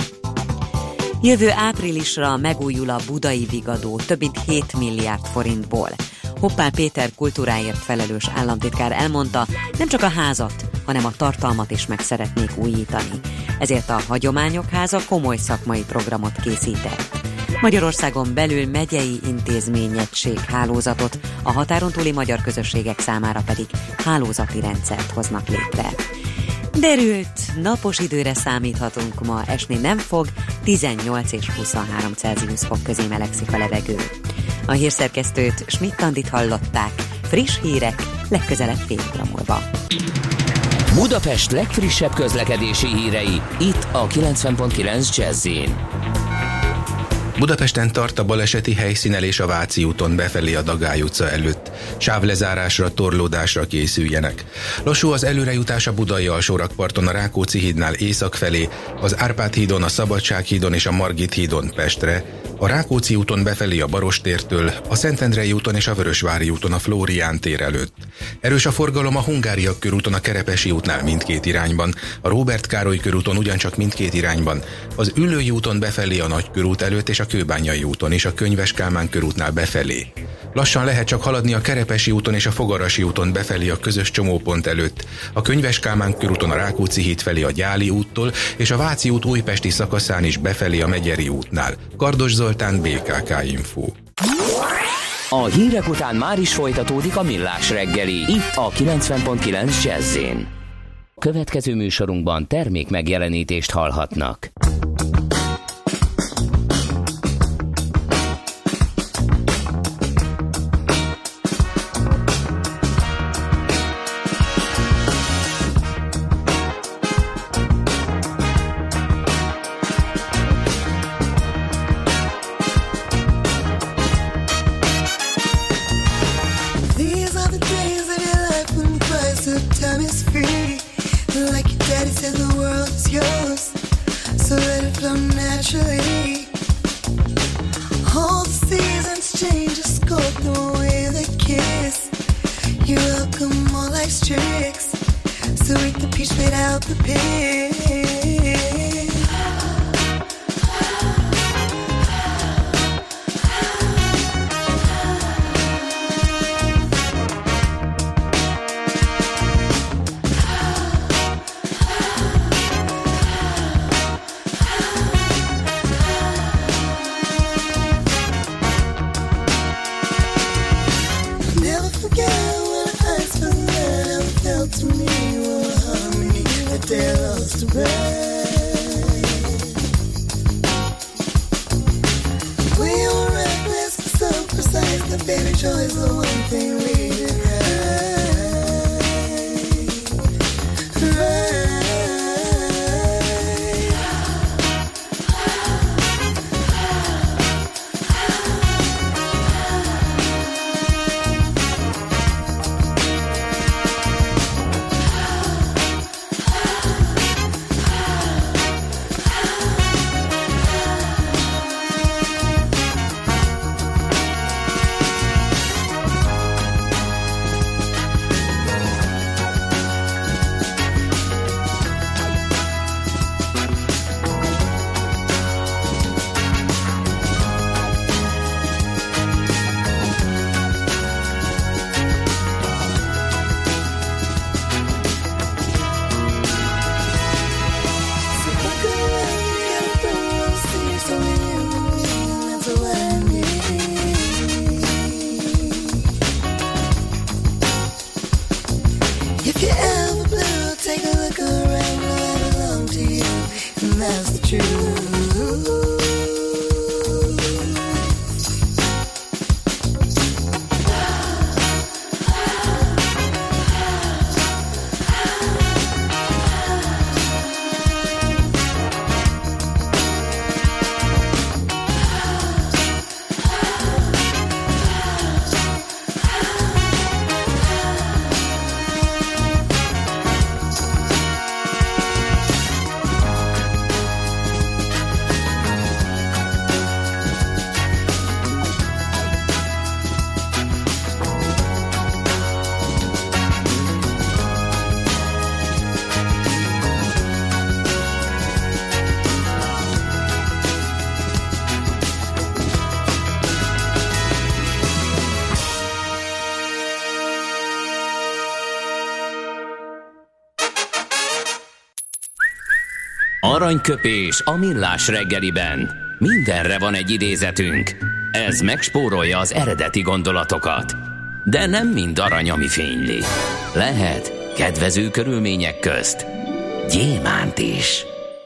Jövő áprilisra megújul a budai vigadó több mint hét milliárd forintból. Hoppál Péter kultúráért felelős államtitkár elmondta, nem csak a házat, hanem a tartalmat is meg szeretnék újítani. Ezért a Hagyományok Háza komoly szakmai programot készített. Magyarországon belül megyei intézményegység hálózatot, a határon túli magyar közösségek számára pedig hálózati rendszert hoznak létre. Derült, napos időre számíthatunk ma, esni nem fog, tizennyolc és huszonhárom Celsius fok közé melegszik a levegő. A hírszerkesztőt, Schmidt Andit hallották, friss hírek legközelebb fél óra múlva. Budapest legfrissebb közlekedési hírei, itt a kilencven pont kilenc Jazzin. Budapesten tart a baleseti helyszínelés a Váci úton befelé a Dagály utca előtt. Sávlezárásra, torlódásra készüljenek. Lassú az előrejutás a Budai alsórakparton a Rákóczi hídnál észak felé, az Árpád hídon, a Szabadság hídon és a Margit hídon Pestre, a Rákóczi úton befelé a Barostértől, a Szentendrei úton és a Vörösvári úton a Flórián tér előtt. Erős a forgalom a Hungária körúton a Kerepesi útnál mindkét irányban, a Róbert Károly körúton ugyancsak mindkét irányban, az Üllői úton befelé a Nagykörút előtt és a Kőbányai úton és a Könyves Kálmán körútnál befelé. Lassan lehet csak haladni a Kerepesi úton és a Fogarasi úton befelé a közös csomópont előtt, a Könyves Kálmán körúton a Rákóczi híd felé a Gyáli úttól és a Váci út újpesti szakaszán is befelé a Megyeri útnál. Kardos Zoltán, bé ká ká Info. A hírek után már is folytatódik a Millás reggeli, itt a kilencven pont kilenc Jazzin. Következő műsorunkban termék megjelenítést hallhatnak. All the seasons change the scope, the way they you welcome all life's tricks. So eat the peach, spit out the pig. Aranyköpés a millás reggeliben. Mindenre van egy idézetünk. Ez megspórolja az eredeti gondolatokat. De nem mind arany, ami fényli. Lehet kedvező körülmények közt gyémánt is.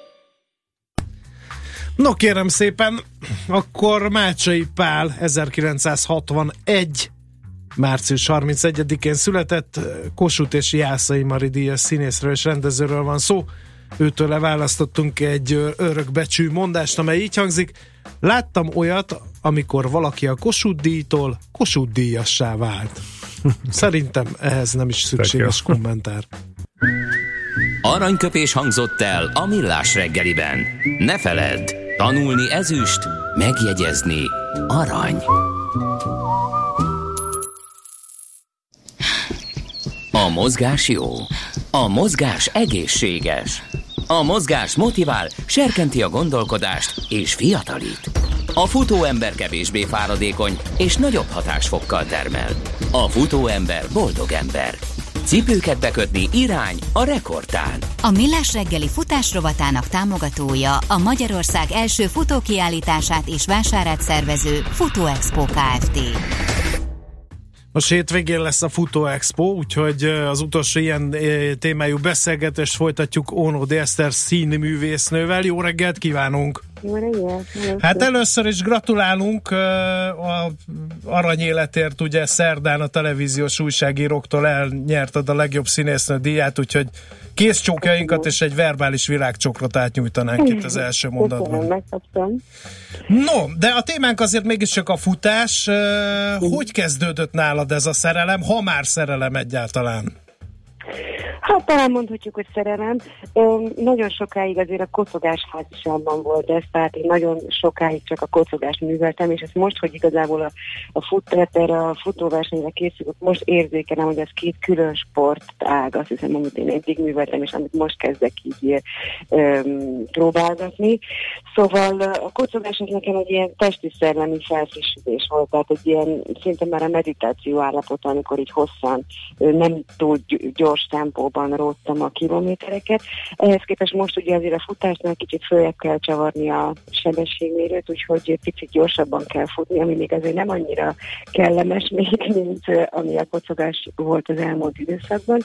No kérem szépen, akkor Mácsai Pál ezerkilencszázhatvanegy március harmincegyedikén született, Kossuth és Jászai Mari díjas színészről és rendezőről van szó. Őtől leválasztottunk egy örökbecsű mondást, amely így hangzik: láttam olyat, amikor valaki a Kossuth díjtól Kossuth díjassá vált. Szerintem ehhez nem is szükséges kommentár. Aranyköpés hangzott el a millás reggeliben. Ne feledd, tanulni ezüst, megjegyezni arany. A mozgás jó. A mozgás egészséges. A mozgás motivál, serkenti a gondolkodást és fiatalít. A futóember kevésbé fáradékony és nagyobb hatásfokkal termel. A futóember boldog ember. Cipőket bekötni irány a rekordtán. A Millás reggeli futás rovatának támogatója a Magyarország első futókiállítását és vásárát szervező Futóexpo Kft. Most hétvégén lesz a Futó Expo, úgyhogy az utolsó ilyen témájú beszélgetést folytatjuk Ónodi Eszter színművésznővel. Jó reggelt kívánunk! Jó reggelt! Hát először is gratulálunk a aranyéletért, ugye szerdán a televíziós újságíróktól elnyerted a legjobb színésznő díját, úgyhogy kézcsókjainkat és egy verbális virágcsokrot átnyújtanánk itt az első mondatban. Megkaptam. No, de a témánk azért mégiscsak a futás. Hogy kezdődött nálad ez a szerelem, ha már szerelem egyáltalán? Hát talán mondhatjuk, hogy szerelem. Öm, nagyon sokáig azért a kocogás háziságban volt ez, tehát én nagyon sokáig csak a kocogást műveltem, és ezt most, hogy igazából a, a futteter, a futóversenyre készülök, most érzékelem, hogy ez két külön sportág, azt hiszem, amit én eddig műveltem, és amit most kezdek így öm, próbálgatni. Szóval a kocogás az nekem egy ilyen testi-szellemi felfrissítés volt, tehát egy ilyen szinte már a meditáció állapot, amikor így hosszan, nem túl gyors tempóban róttam a kilométereket. Ehhez képest most ugye azért a futásnál kicsit följebb kell csavarni a sebességmérőt, úgyhogy egy picit gyorsabban kell futni, ami még azért nem annyira kellemes még, mint ami a kocogás volt az elmúlt időszakban.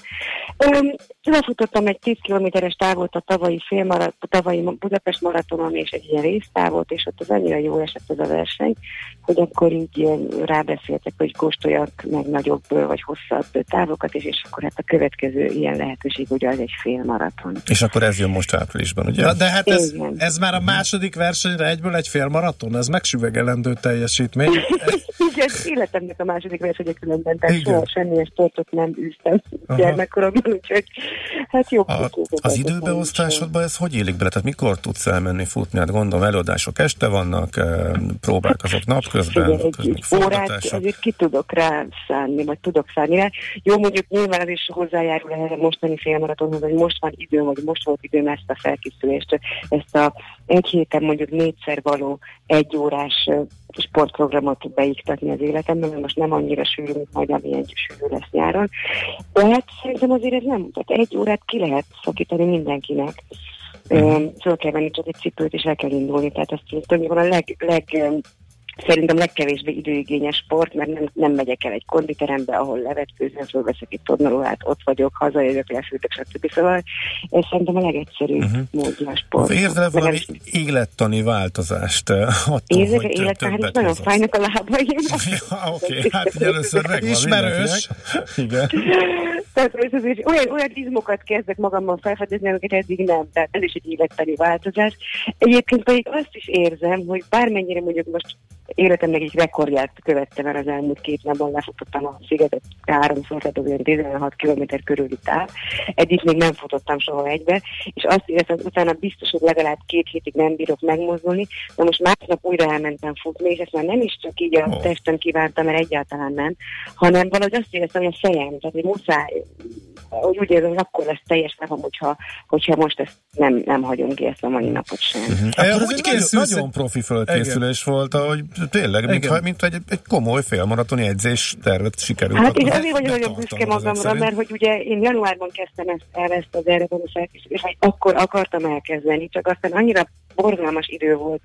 Lefutottam egy tíz kilométeres távot a tavalyi félmarat, a tavalyi Budapest maratonon és egy ilyen résztávot, és ott az annyira jó esett ez a verseny, hogy akkor így rábeszéltek, hogy kóstoljak meg nagyobb vagy hosszabb távokat, és, és akkor hát a következő ilyen lehetőség ugye az egy félmaraton. És akkor ez jön most áprilisban, ugye? Na, de hát ez, ez már a második versenyre egyből egy félmaraton, ez megsüvegelendő teljesítmény. Igen, életemnek a második versenye különben, tehát soha semmilyen sportot nem űztem gyermekkoromban, úgyhogy hát jobb. A, az időbeosztásodban ez hogy élik bele? Tehát mikor tudsz elmenni futni? Hát gondolom előadások este vannak, próbák azok napközben, egy órát azért ki tudok rá szánni, vagy tudok szánni rá. Jó, mondjuk nyilván az is hozzájárul ehhez a mostani félmaratonhoz, hogy most van időm, vagy most volt időm ezt a felkészülést, ezt a egy héten mondjuk négyszer való egy órás sportprogramot beiktatni az életemben, mert most nem annyira sűrű, mint majd amilyen sűrű lesz nyáron. De hát szerintem azért ez nem, tehát egy órát ki lehet szakítani mindenkinek. Uh-huh. Föl kell venni csak egy cipőt, és el kell indulni, tehát ezt tulajdonképpen a leg, leg szerintem legkevésbé időigényes sport, mert nem, nem megyek el egy konditerembe, ahol levetkőzöm, fölveszek egy tornalóát, ott vagyok, hazajövök, lefűtök, stb. Szóval ez szerintem a legegyszerűbb uh-huh. módja a sport. Érzel valami élettani változást? Érzek egy élettani, hát nagyon fájnak a lábaim. Ja, oké, okay. Hát először megvan ismerős. Igen. Tehát olyan, olyan izmokat kezdek magamban felfedezni, amiket eddig nem, tehát ez is egy élettani változás. Egyébként pedig azt is érzem, hogy bármennyire mondjuk most életemnek egy rekordját követtem el az elmúlt két napban, lefutottam a szigetet háromszor, tehát az olyan tizenhat kilométer körüli táv. Eddig még nem futottam soha egybe, és azt éreztem, hogy utána biztos, hogy legalább két hétig nem bírok megmozdulni, de most másnap újra elmentem futni, és ezt már nem is csak így a oh. testem kívántam, mert egyáltalán nem, hanem valahogy azt éreztem, hogy a fejem, tehát hogy muszáj, hogy úgy érzem, hogy akkor lesz teljes napom, hogyha, hogyha most ezt nem, nem hagyom ki ezt a mai napot sem. Uh-huh. Akkor ez egy nagyon, nagyon profi fölkészülés volt, ahogy tényleg, mint, mint egy, egy komoly félmaratoni edzés tervet sikerült. Hát és azért vagyok nagyon büszke magamra, mert hogy ugye én januárban kezdtem ezt el, ezt az erre való felkészülést, vagy akkor akartam elkezdeni, csak aztán annyira borzalmas idő volt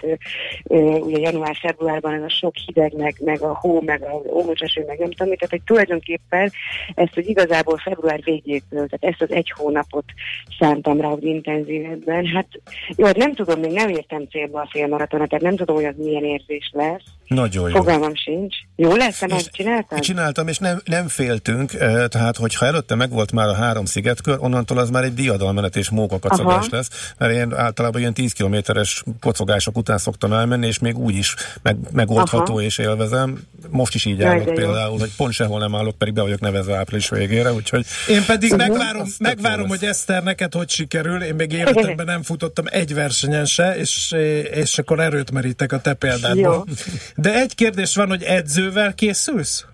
ugye január-februárban, ez a sok hideg, meg, meg a hó, meg a ómocseső, meg nem tudom, tehát hogy tulajdonképpen ezt, hogy igazából február végétől, tehát ezt az egy hónapot szántam rá, hogy intenzívebben. Hát jó, nem tudom, még nem értem célba a félmaratonat, tehát nem tudom, hogy az milyen érzés lesz. Nagyon jó. Fogalmam sincs. Jó lesz, te már csináltad? Csináltam, és nem, nem féltünk, tehát hogyha előtte megvolt már a három szigetkör, onnantól az már egy diadalmenet és mókakacagás lesz, mert én általában ilyen tíz kilométeres kocogások után szoktam elmenni, és még úgy is meg, megoldható Aha. és élvezem. Most is így Jaj, állok például, hogy pont sehol nem állok, pedig be vagyok nevezve április végére, úgyhogy... Én pedig uh-huh. megvárom, megvárom hogy Eszter, neked hogy sikerül, én még életemben nem futottam egy versenyen se, és, és akkor erőt merítek a te példádból. De egy kérdés van, hogy edzővel készülsz?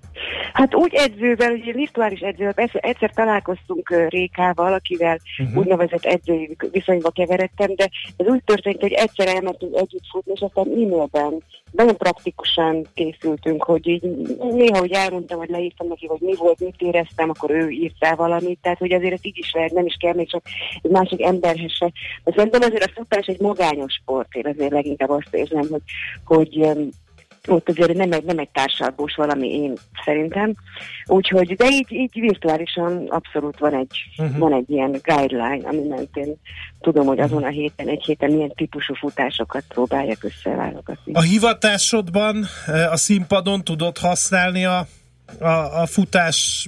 Hát úgy edzővel, ugye virtuális edzővel, persze egyszer találkoztunk uh, Rékával, akivel uh-huh. úgynevezett edzői viszonyba keveredtem, de ez úgy történt, hogy egyszer elmentünk együtt futni, és aztán e-mailben nagyon praktikusan készültünk, hogy így néha, hogy elmondtam, hogy leírtam neki, hogy mi volt, mit éreztem, akkor ő írt rá valamit, tehát hogy azért ez így is lehet, nem is kell még csak egy másik emberhez se. De szerintem azért a futás egy magányos sport, én azért leginkább azt érzem, hogy, hogy um, ott azért nem egy, nem egy társalgós valami, én szerintem. Úgyhogy, de így, így virtuálisan abszolút van egy, uh-huh. van egy ilyen guideline, ami mentén tudom, hogy azon a héten, egy héten milyen típusú futásokat próbáljak összeválogatni. A hivatásodban, a színpadon tudod használni a, a, a futás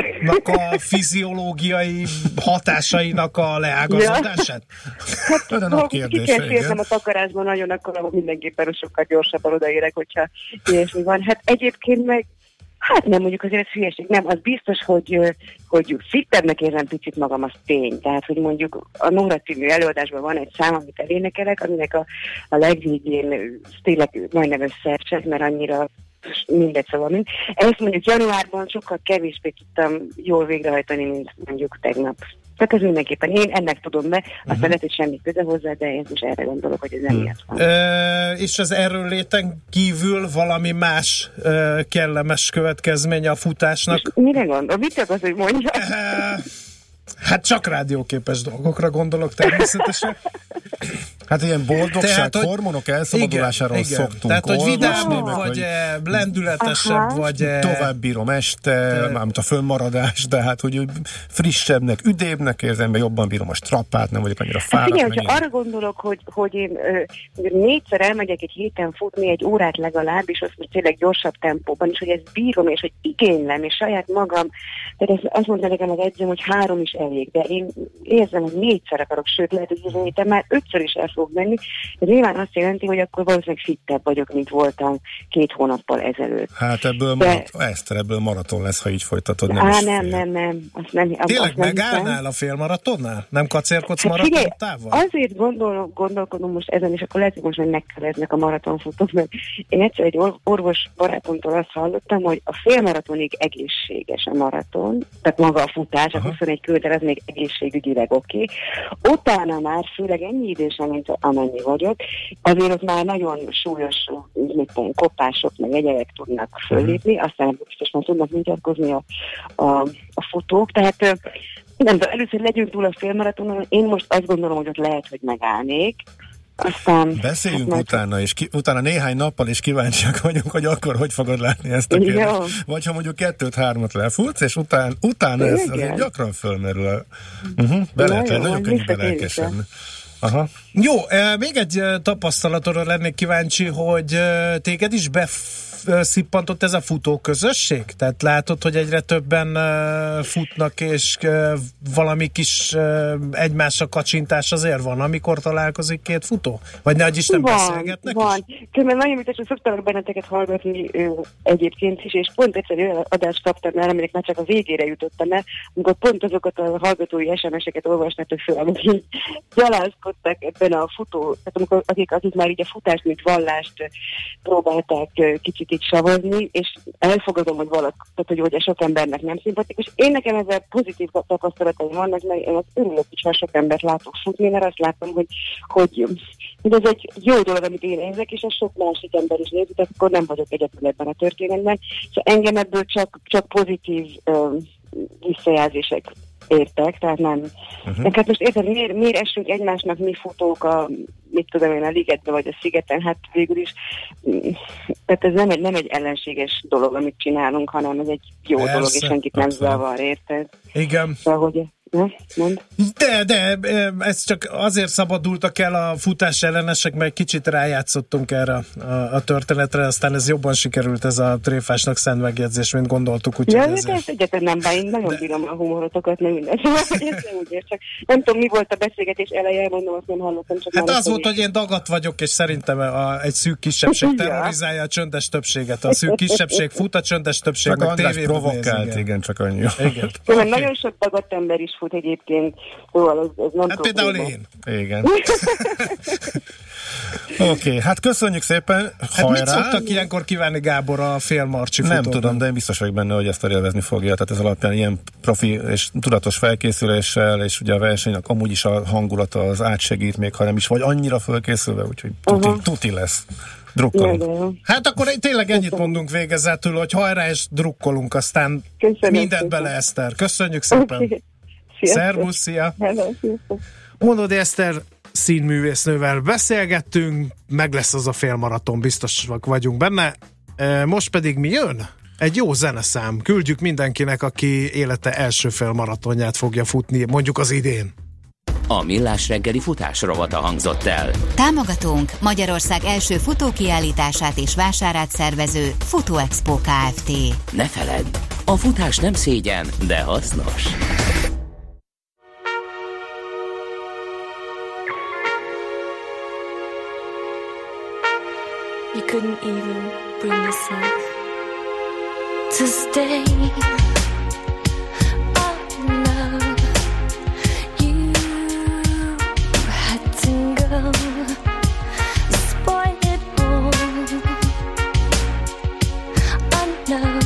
a fiziológiai hatásainak a leágazódását? Ja. Hát, ha ki kell férnem a takarásban nagyon, akkor mindenképpen sokkal gyorsabban odaérek, hogyha ilyesmi van. Hát egyébként meg Hát nem, mondjuk azért ez hülyeség, nem, az biztos, hogy, hogy fittebbnek érzem picit magam, az tény. Tehát, hogy mondjuk a Nóra című előadásban van egy szám, amit elénekelek, aminek a, a legvégén tényleg majdnem összeesett, mert annyira mindegy, szóval mind. Ezt mondjuk januárban sokkal kevésbé tudtam jól végrehajtani, mint mondjuk tegnap. Tehát ez mindenképpen én ennek tudom be, aztán uh-huh. lehet, hogy semmi köze hozzá, de én most erre gondolok, hogy ez nem miatt van. E, és az erről léten kívül valami más e, kellemes következménye a futásnak? És mire gondol? Mit akarsz, hogy mondja? E, hát csak rádióképes dolgokra gondolok természetesen. Hát ilyen boldogság, tehát, hogy, hormonok elszabadulásáról igen, szoktunk. Tehát, hogy vidámabb, vagy, vagy lendületesebb, aha. vagy... Tovább bírom este, te... mármint a fönnmaradás, de hát, hogy frissebbnek, üdébbnek érzem, mert jobban bírom a strappát, nem vagyok annyira fáradt. Hát figyelj, hogyha arra gondolok, hogy, hogy én ö, négyszer elmegyek egy héten futni, egy órát legalább, és azt most tényleg gyorsabb tempóban, és hogy ezt bírom, és hogy igénylem, és saját magam, tehát ez, azt mondta nekem az edzőm, hogy három is elég, de én érzem, hogy négyszer akarok, sőt, lehet, hogy jövő héten már ötször is el fog menni. Ez nyilván azt jelenti, hogy akkor valószínűleg fittebb vagyok, mint voltam két hónappal ezelőtt. Hát ebből, de... marat, Eszter, ebből maraton lesz, ha így folytatod. Nem Á, nem, nem, nem. Azt nem. Tényleg azt nem megállnál hiszem. a félmaratonnál? Nem kacérkodsz hát maraton távol? Azért gondol, gondolkodom most ezen, és akkor lehet, hogy most meg megkeveznek a maratonfutók, mert én egyszer egy orvos barátomtól azt hallottam, hogy a félmaratonig egészséges a maraton, tehát maga a futás, a huszonegy kilométer az még egészségügyileg oké. Okay. Utána már, főleg ennyi idősen, mint amennyi vagyok, azért ott már nagyon súlyos mit tudom, kopások, meg egyebek tudnak föllépni, aztán biztos már tudnak vitatkozni a, a, a futók, tehát nem, de először legyünk túl a félmaratonon, én most azt gondolom, hogy ott lehet, hogy megállnék. Aztán, beszéljünk hát utána, és ki, utána néhány nappal, és kíváncsiak vagyunk, hogy akkor hogy fogod látni ezt a kérdést. Vagy ha mondjuk kettőt-hármat lefutsz, és után, utána ez azért gyakran fölmerül. Uh-huh. Be lehet, hogy nagyon könnyű belelkesedni. Aha. Jó, még egy tapasztalatról lennék kíváncsi, hogy téged is beszippantott ez a futóközösség? Tehát látod, hogy egyre többen futnak, és valami kis egymásra kacsintás azért van, amikor találkozik két futó? Vagy ne adj Isten, beszélgetnek van. is? Különben nagyon vicces, hogy szoktalak benneteket hallgatni ö, egyébként is, és pont egyszer olyan adást kaptam el, aminek már csak a végére jutottam el, amikor pont azokat a hallgatói es em es-eket olvasnátok föl, amik így gyalázkodtak ebben a futó, tehát amikor, akik, akik már így a futást, mint vallást próbálták kicsit így savazni, és elfogadom, hogy valaki, tehát hogy, hogy sok embernek nem szimpatikus. Én nekem ezzel pozitív tapasztalataim vannak, mert én azt örülök, hogy sok embert látok futni, mert azt látom, hogy, hogy, hogy ez egy jó dolog, amit én érzek, és a sok másik ember is nézi, tehát akkor nem vagyok egyedül ebben a történetben. És engem ebből csak, csak pozitív uh, visszajelzések értek, tehát nem. Uh-huh. Hát most érted, miért, miért esünk egymásnak mi futók a, mit tudom én, a ligetben vagy a szigeten, hát végül is, tehát ez nem egy, nem egy ellenséges dolog, amit csinálunk, hanem ez egy jó persze, dolog, és senkit nem zavar, érted? Igen. Szóval, hogy ne, mondd. De, de, ez csak azért szabadultak el a futás ellenesek, mert kicsit rájátszottunk erre a, a történetre, aztán ez jobban sikerült, ez a tréfásnak szent megjegyzés, mint gondoltuk. Úgy, ja, de ezt egyetlen nem bár, én nagyon de... bírom a humorotokat, nem minden. Szóval, úgy ér, csak nem tudom, mi volt a beszélgetés eleje, mondom, azt nem hallottam. Csak hát az volt, hogy én dagat vagyok, és szerintem a, egy szűk kisebbség terrorizálja a csöndes többséget. A szűk kisebbség fut, a csöndes többség csak meg tévében provokált, néz, igen. igen, csak annyi. Igen. Okay. Nagyon sok dagadt ember is fut egyébként, szóval ez, ez nem hát például én. Igen. Oké, okay, hát köszönjük szépen. Hát mit szoktak ilyenkor kívánni, Gábor, a félmarcsi futóban? Nem tudom, de én biztos vagyok benne, hogy ezt élvezni fogja. Tehát ez alapján ilyen profi és tudatos felkészüléssel, és ugye a versenynek amúgy is a hangulata az átsegít, még ha nem is vagy annyira felkészülve, úgyhogy tuti, uh-huh. tuti lesz. Drukkolunk. Hát akkor tényleg ennyit mondunk végezetül, hogy hajrá, és drukkolunk, aztán köszönjük mindent szépen. bele, Eszter. Köszönjük szépen. Okay. Szervusz, szia! Mondod, Eszter színművésznővel beszélgettünk, meg lesz az a félmaraton, biztosak vagyunk benne. Most pedig mi jön? Egy jó zeneszám. Küldjük mindenkinek, aki élete első félmaratonját fogja futni, mondjuk az idén. A Millás reggeli futás rovata hangzott el. Támogatónk Magyarország első futókiállítását és vásárát szervező Futóexpo Kft. Ne feledd, a futás nem szégyen, de hasznos. You couldn't even bring yourself to stay. Oh no, you had to go. Spoil it all. Oh no,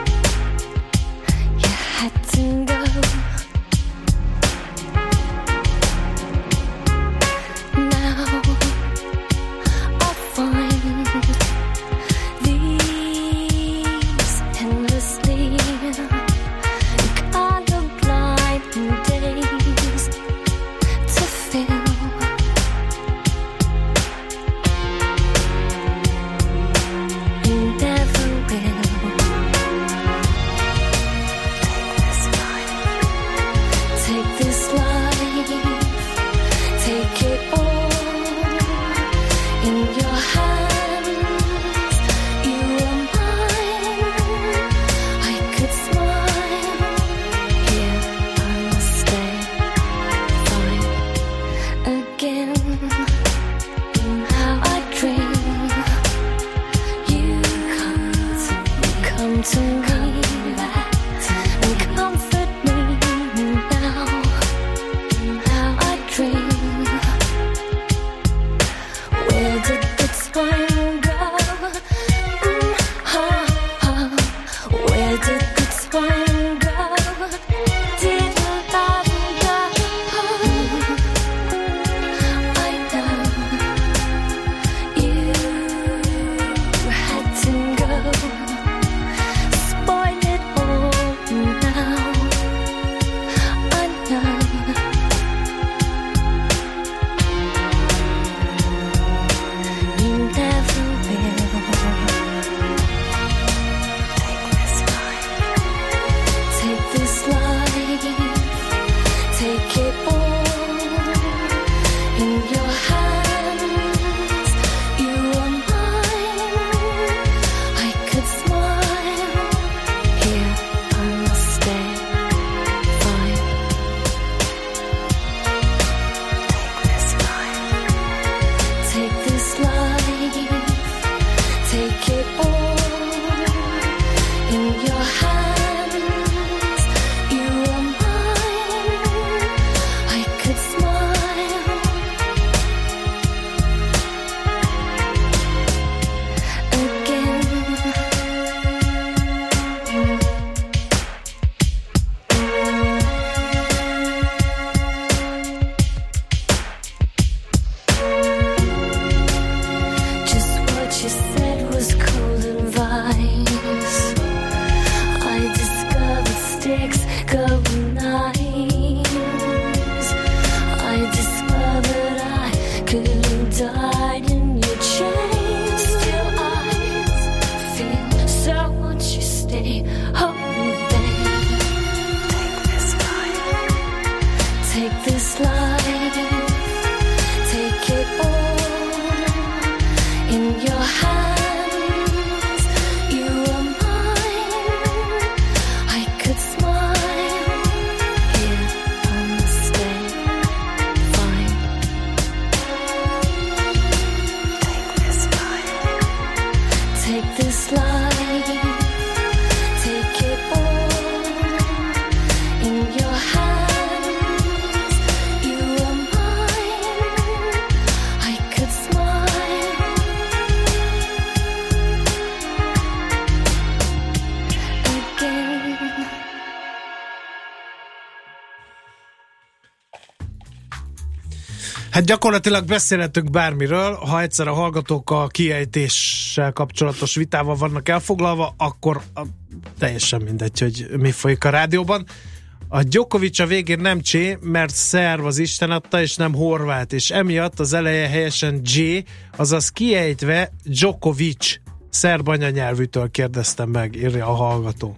you had to go. Now I find these endlessly colorblind days to fill. You never will. Take this life, take it all in your hands. You are mine. I could smile. Here I must stay. Fine again. I dream you come to me and comfort me now. I dream. Where did the time go? Mm, ha, ha. Where did the time go? Did love go? I know you had to go. Spoil it all now. I know. You never will. Take this life, take it all in your hands. You are mine. I could smile. Here I must stay. Fine. Take this life, take it all in your hands. You are mine. I could smile again. Just what you said was cool advice. I discovered sticks going knives. I discovered I could have died in your chains. Still I feel so much you stay home, babe. Take this life, take it all in your hands. You are mine. I could smile. Here I must stay. Fine. Take this life, take it all in your hands. You are mine. I could smile again. Hát gyakorlatilag beszélhetünk bármiről, ha egyszer a hallgatók a kiejtéssel kapcsolatos vitával vannak elfoglalva, akkor a, teljesen mindegy, hogy mi folyik a rádióban. A Djokovic a végén nem csé, mert szerv az Isten adta, és nem horvát, és emiatt az eleje helyesen J, azaz kiejtve Djokovic. Szerb anyanyelvűtől kérdeztem meg, írja a hallgató.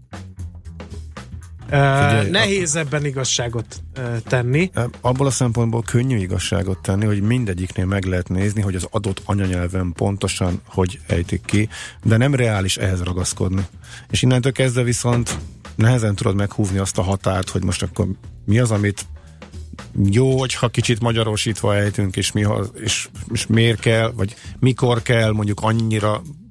Figyelj, nehéz ebben igazságot tenni. Abból a szempontból könnyű igazságot tenni, hogy mindegyiknél meg lehet nézni, hogy az adott anyanyelven pontosan hogy ejtik ki, de nem reális ehhez ragaszkodni. És innentől kezdve viszont nehezen tudod meghúzni azt a határt, hogy most akkor mi az, amit jó, hogyha kicsit magyarosítva ejtünk, és, mi, és, és miért kell, vagy mikor kell mondjuk annyira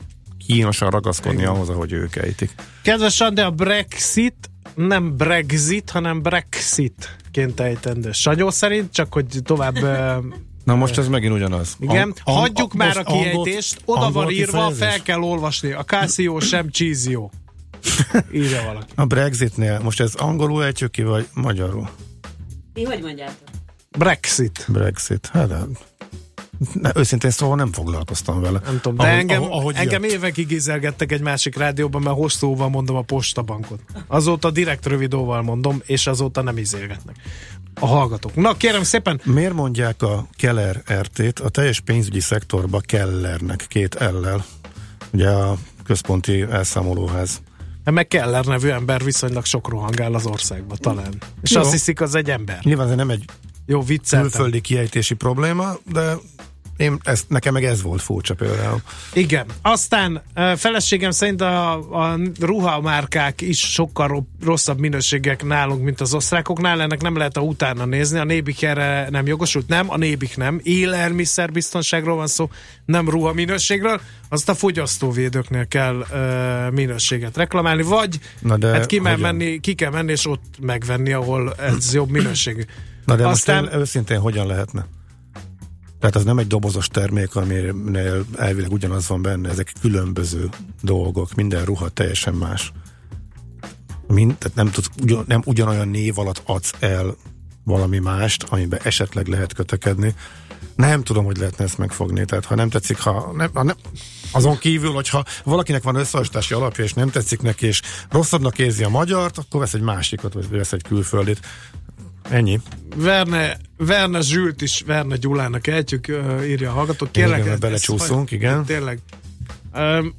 kínosan ragaszkodni igen. ahhoz, ahogy ők ejtik. Kedves Andi, a Brexit nem Brexit, hanem Brexit-ként ejtendő. Sanyó szerint, csak hogy tovább... Na most ez megint ugyanaz. Igen, Ang- hagyjuk ang- már a kiejtést, oda van írva, kifejezés? Fel kell olvasni. A Casio sem Csízió. Írja valaki. A Brexitnél, most ez angolul ejtjük ki, vagy magyarul? Ti hogy mondjátok? Brexit. Brexit, hát de... Ne, őszintén szóval nem foglalkoztam vele. Nem tudom, de ahogy, engem, ahogy engem évekig ízelgettek egy másik rádióban, mert hosszúval mondom a postabankot. Azóta direkt rövidóval mondom, és azóta nem ízelgetnek a hallgatók. Na kérem szépen! Miért mondják a Keller er té-t a teljes pénzügyi szektorba Kellernek, két ellel? Ugye a központi elszámolóház. Meg Keller nevű ember viszonylag sok rohangál az országban talán. És jó. Azt hiszik, az egy ember. Nyilván ez nem egy jó, vicceltem. Külföldi kiejtési probléma, de én ezt, nekem meg ez volt furcsa például. Igen. Aztán feleségem szerint a, a ruhamárkák is sokkal rosszabb minőségek nálunk, mint az osztrákoknál. Ennek nem lehet a utána nézni. A Nébik erre nem jogosult. Nem, a Nébik nem. Élelmiszerbiztonságról van szó, nem ruha minőségről. Azt a fogyasztóvédőknél kell uh, minőséget reklamálni, vagy de hát ki, menni, ki kell menni, és ott megvenni, ahol ez jobb minőségű. Na de Aztán... most őszintén hogyan lehetne? Tehát az nem egy dobozos termék, aminél elvileg ugyanaz van benne, ezek különböző dolgok, minden ruha teljesen más. Mind, tehát nem, tudsz, ugyan, nem ugyanolyan név alatt adsz el valami mást, amiben esetleg lehet kötekedni. Nem tudom, hogy lehetne ezt megfogni, tehát ha nem tetszik, ha nem, ha nem azon kívül, hogyha valakinek van összehasonlítási alapja, és nem tetszik neki, és rosszabbnak érzi a magyart, akkor vesz egy másikat, vagy vesz egy külföldit. Ennyi. Verne, Verne Zsült is Verne Gyulának ejtjük, uh, írja a hallgató. Kérlek, igen, belecsúszunk, igen. Tényleg. Um,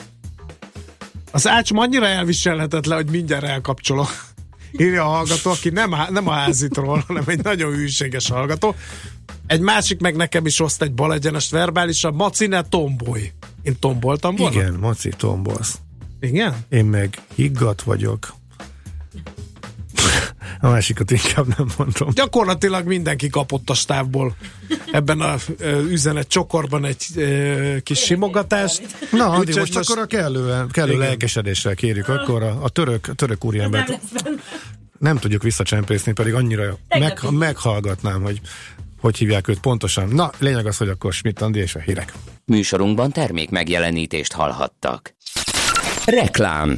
az ácsom annyira elviselhetetlen, hogy mindjárt elkapcsolok. Írja a hallgató, aki nem, nem a házitról, hanem egy nagyon hűséges hallgató. Egy másik meg nekem is oszt egy balegyenest verbálisan. Maci, ne tombolj. Én tomboltam volna? Igen, Maci, tombolsz. Igen? Én meg higgadt vagyok. A másikat inkább nem mondom. Gyakorlatilag mindenki kapott a stábból ebben a ö, üzenet csokorban egy ö, kis simogatást. Na, Adi, most, most akkor a kellő, kellő lelkesedéssel kérjük, akkor a, a török, a török úriembert nem, nem tudjuk visszacsempészni, pedig annyira meg, meghallgatnám, hogy hogy hívják őt pontosan. Na, lényeg az, hogy akkor Schmidt Andi és a hírek. Műsorunkban termék megjelenítést hallhattak. Reklám.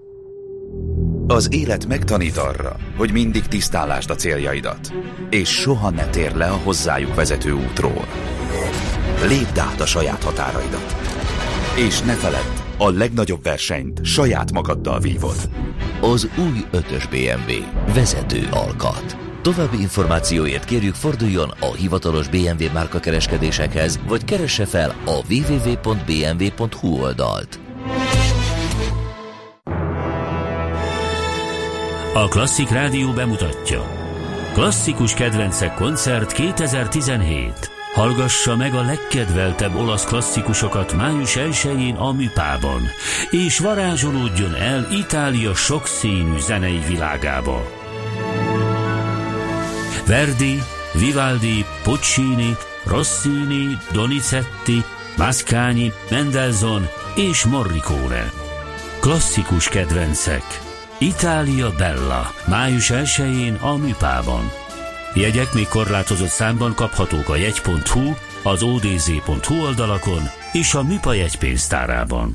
Az élet megtanít arra, hogy mindig tisztálásd a céljaidat, és soha ne térj le a hozzájuk vezető útról. Lépd át a saját határaidat. És ne feledd, a legnagyobb versenyt saját magaddal vívod. Az új ötös bé em vé. Vezető alkat. További információért kérjük, forduljon a hivatalos bé em vé márkakereskedésekhez, vagy keresse fel a double-u double-u double-u pont b m w pont h u oldalt. A Klasszik Rádió bemutatja. Klasszikus kedvencek koncert kétezer-tizenhét. Hallgassa meg a legkedveltebb olasz klasszikusokat május elsején a Műpában, és varázsolódjon el Itália sokszínű zenei világába. Verdi, Vivaldi, Puccini, Rossini, Donizetti, Mascagni, Mendelssohn és Morricone. Klasszikus kedvencek. Itália Bella. május elsején a Műpában. Jegyek még korlátozott számban kaphatók a jegy pont hu, az o d z pont hu oldalakon és a Műpa jegypénztárában.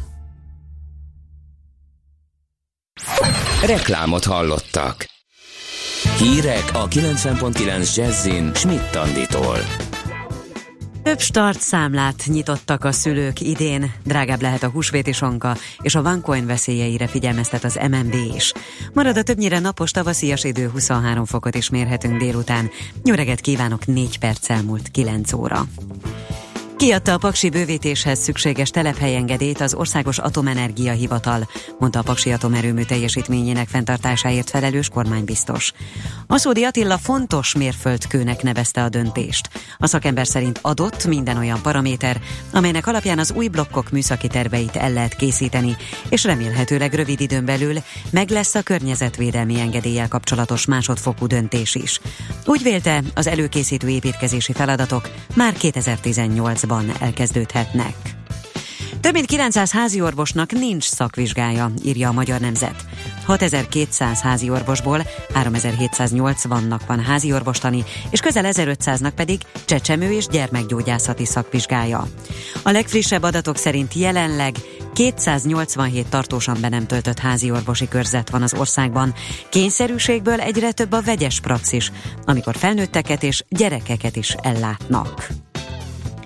Reklámot hallottak. Hírek a kilencven pont kilenc Jazzin Schmidt Anditól. Több start számlát nyitottak a szülők idén, drágább lehet a húsvéti sonka, és a OneCoin veszélyeire figyelmeztet az em en bé is. Marad a többnyire napos tavaszias idő, huszonhárom fokot is mérhetünk délután. Jó reggelt kívánok, négy perc elmúlt kilenc óra. Kiadta a paksi bővítéshez szükséges telephelyengedélyt az Országos Atomenergia Hivatal, mondta a paksi atomerőmű teljesítményének fenntartásáért felelős kormánybiztos. Aszódi Attila fontos mérföldkőnek nevezte a döntést. A szakember szerint adott minden olyan paraméter, amelynek alapján az új blokkok műszaki terveit el lehet készíteni, és remélhetőleg rövid időn belül meg lesz a környezetvédelmi engedéllyel kapcsolatos másodfokú döntés is. Úgy vélte, az előkészítő építkezési feladatok már kétezer-tizennyolcban elkezdődhetnek. Több mint kilencszáz házi orvosnak nincs szakvizsgája, írja a Magyar Nemzet. hatezer-kétszáz házi orvosból háromezer-hétszáznyolcvannak van házi orvostani, és közel ezerötszáznak pedig csecsemő- és gyermekgyógyászati szakvizsgája. A legfrissebb adatok szerint jelenleg kétszáznyolcvanhét tartósan be nem töltött házi orvosi körzet van az országban. Kényszerűségből egyre több a vegyes praxis, amikor felnőtteket és gyerekeket is ellátnak.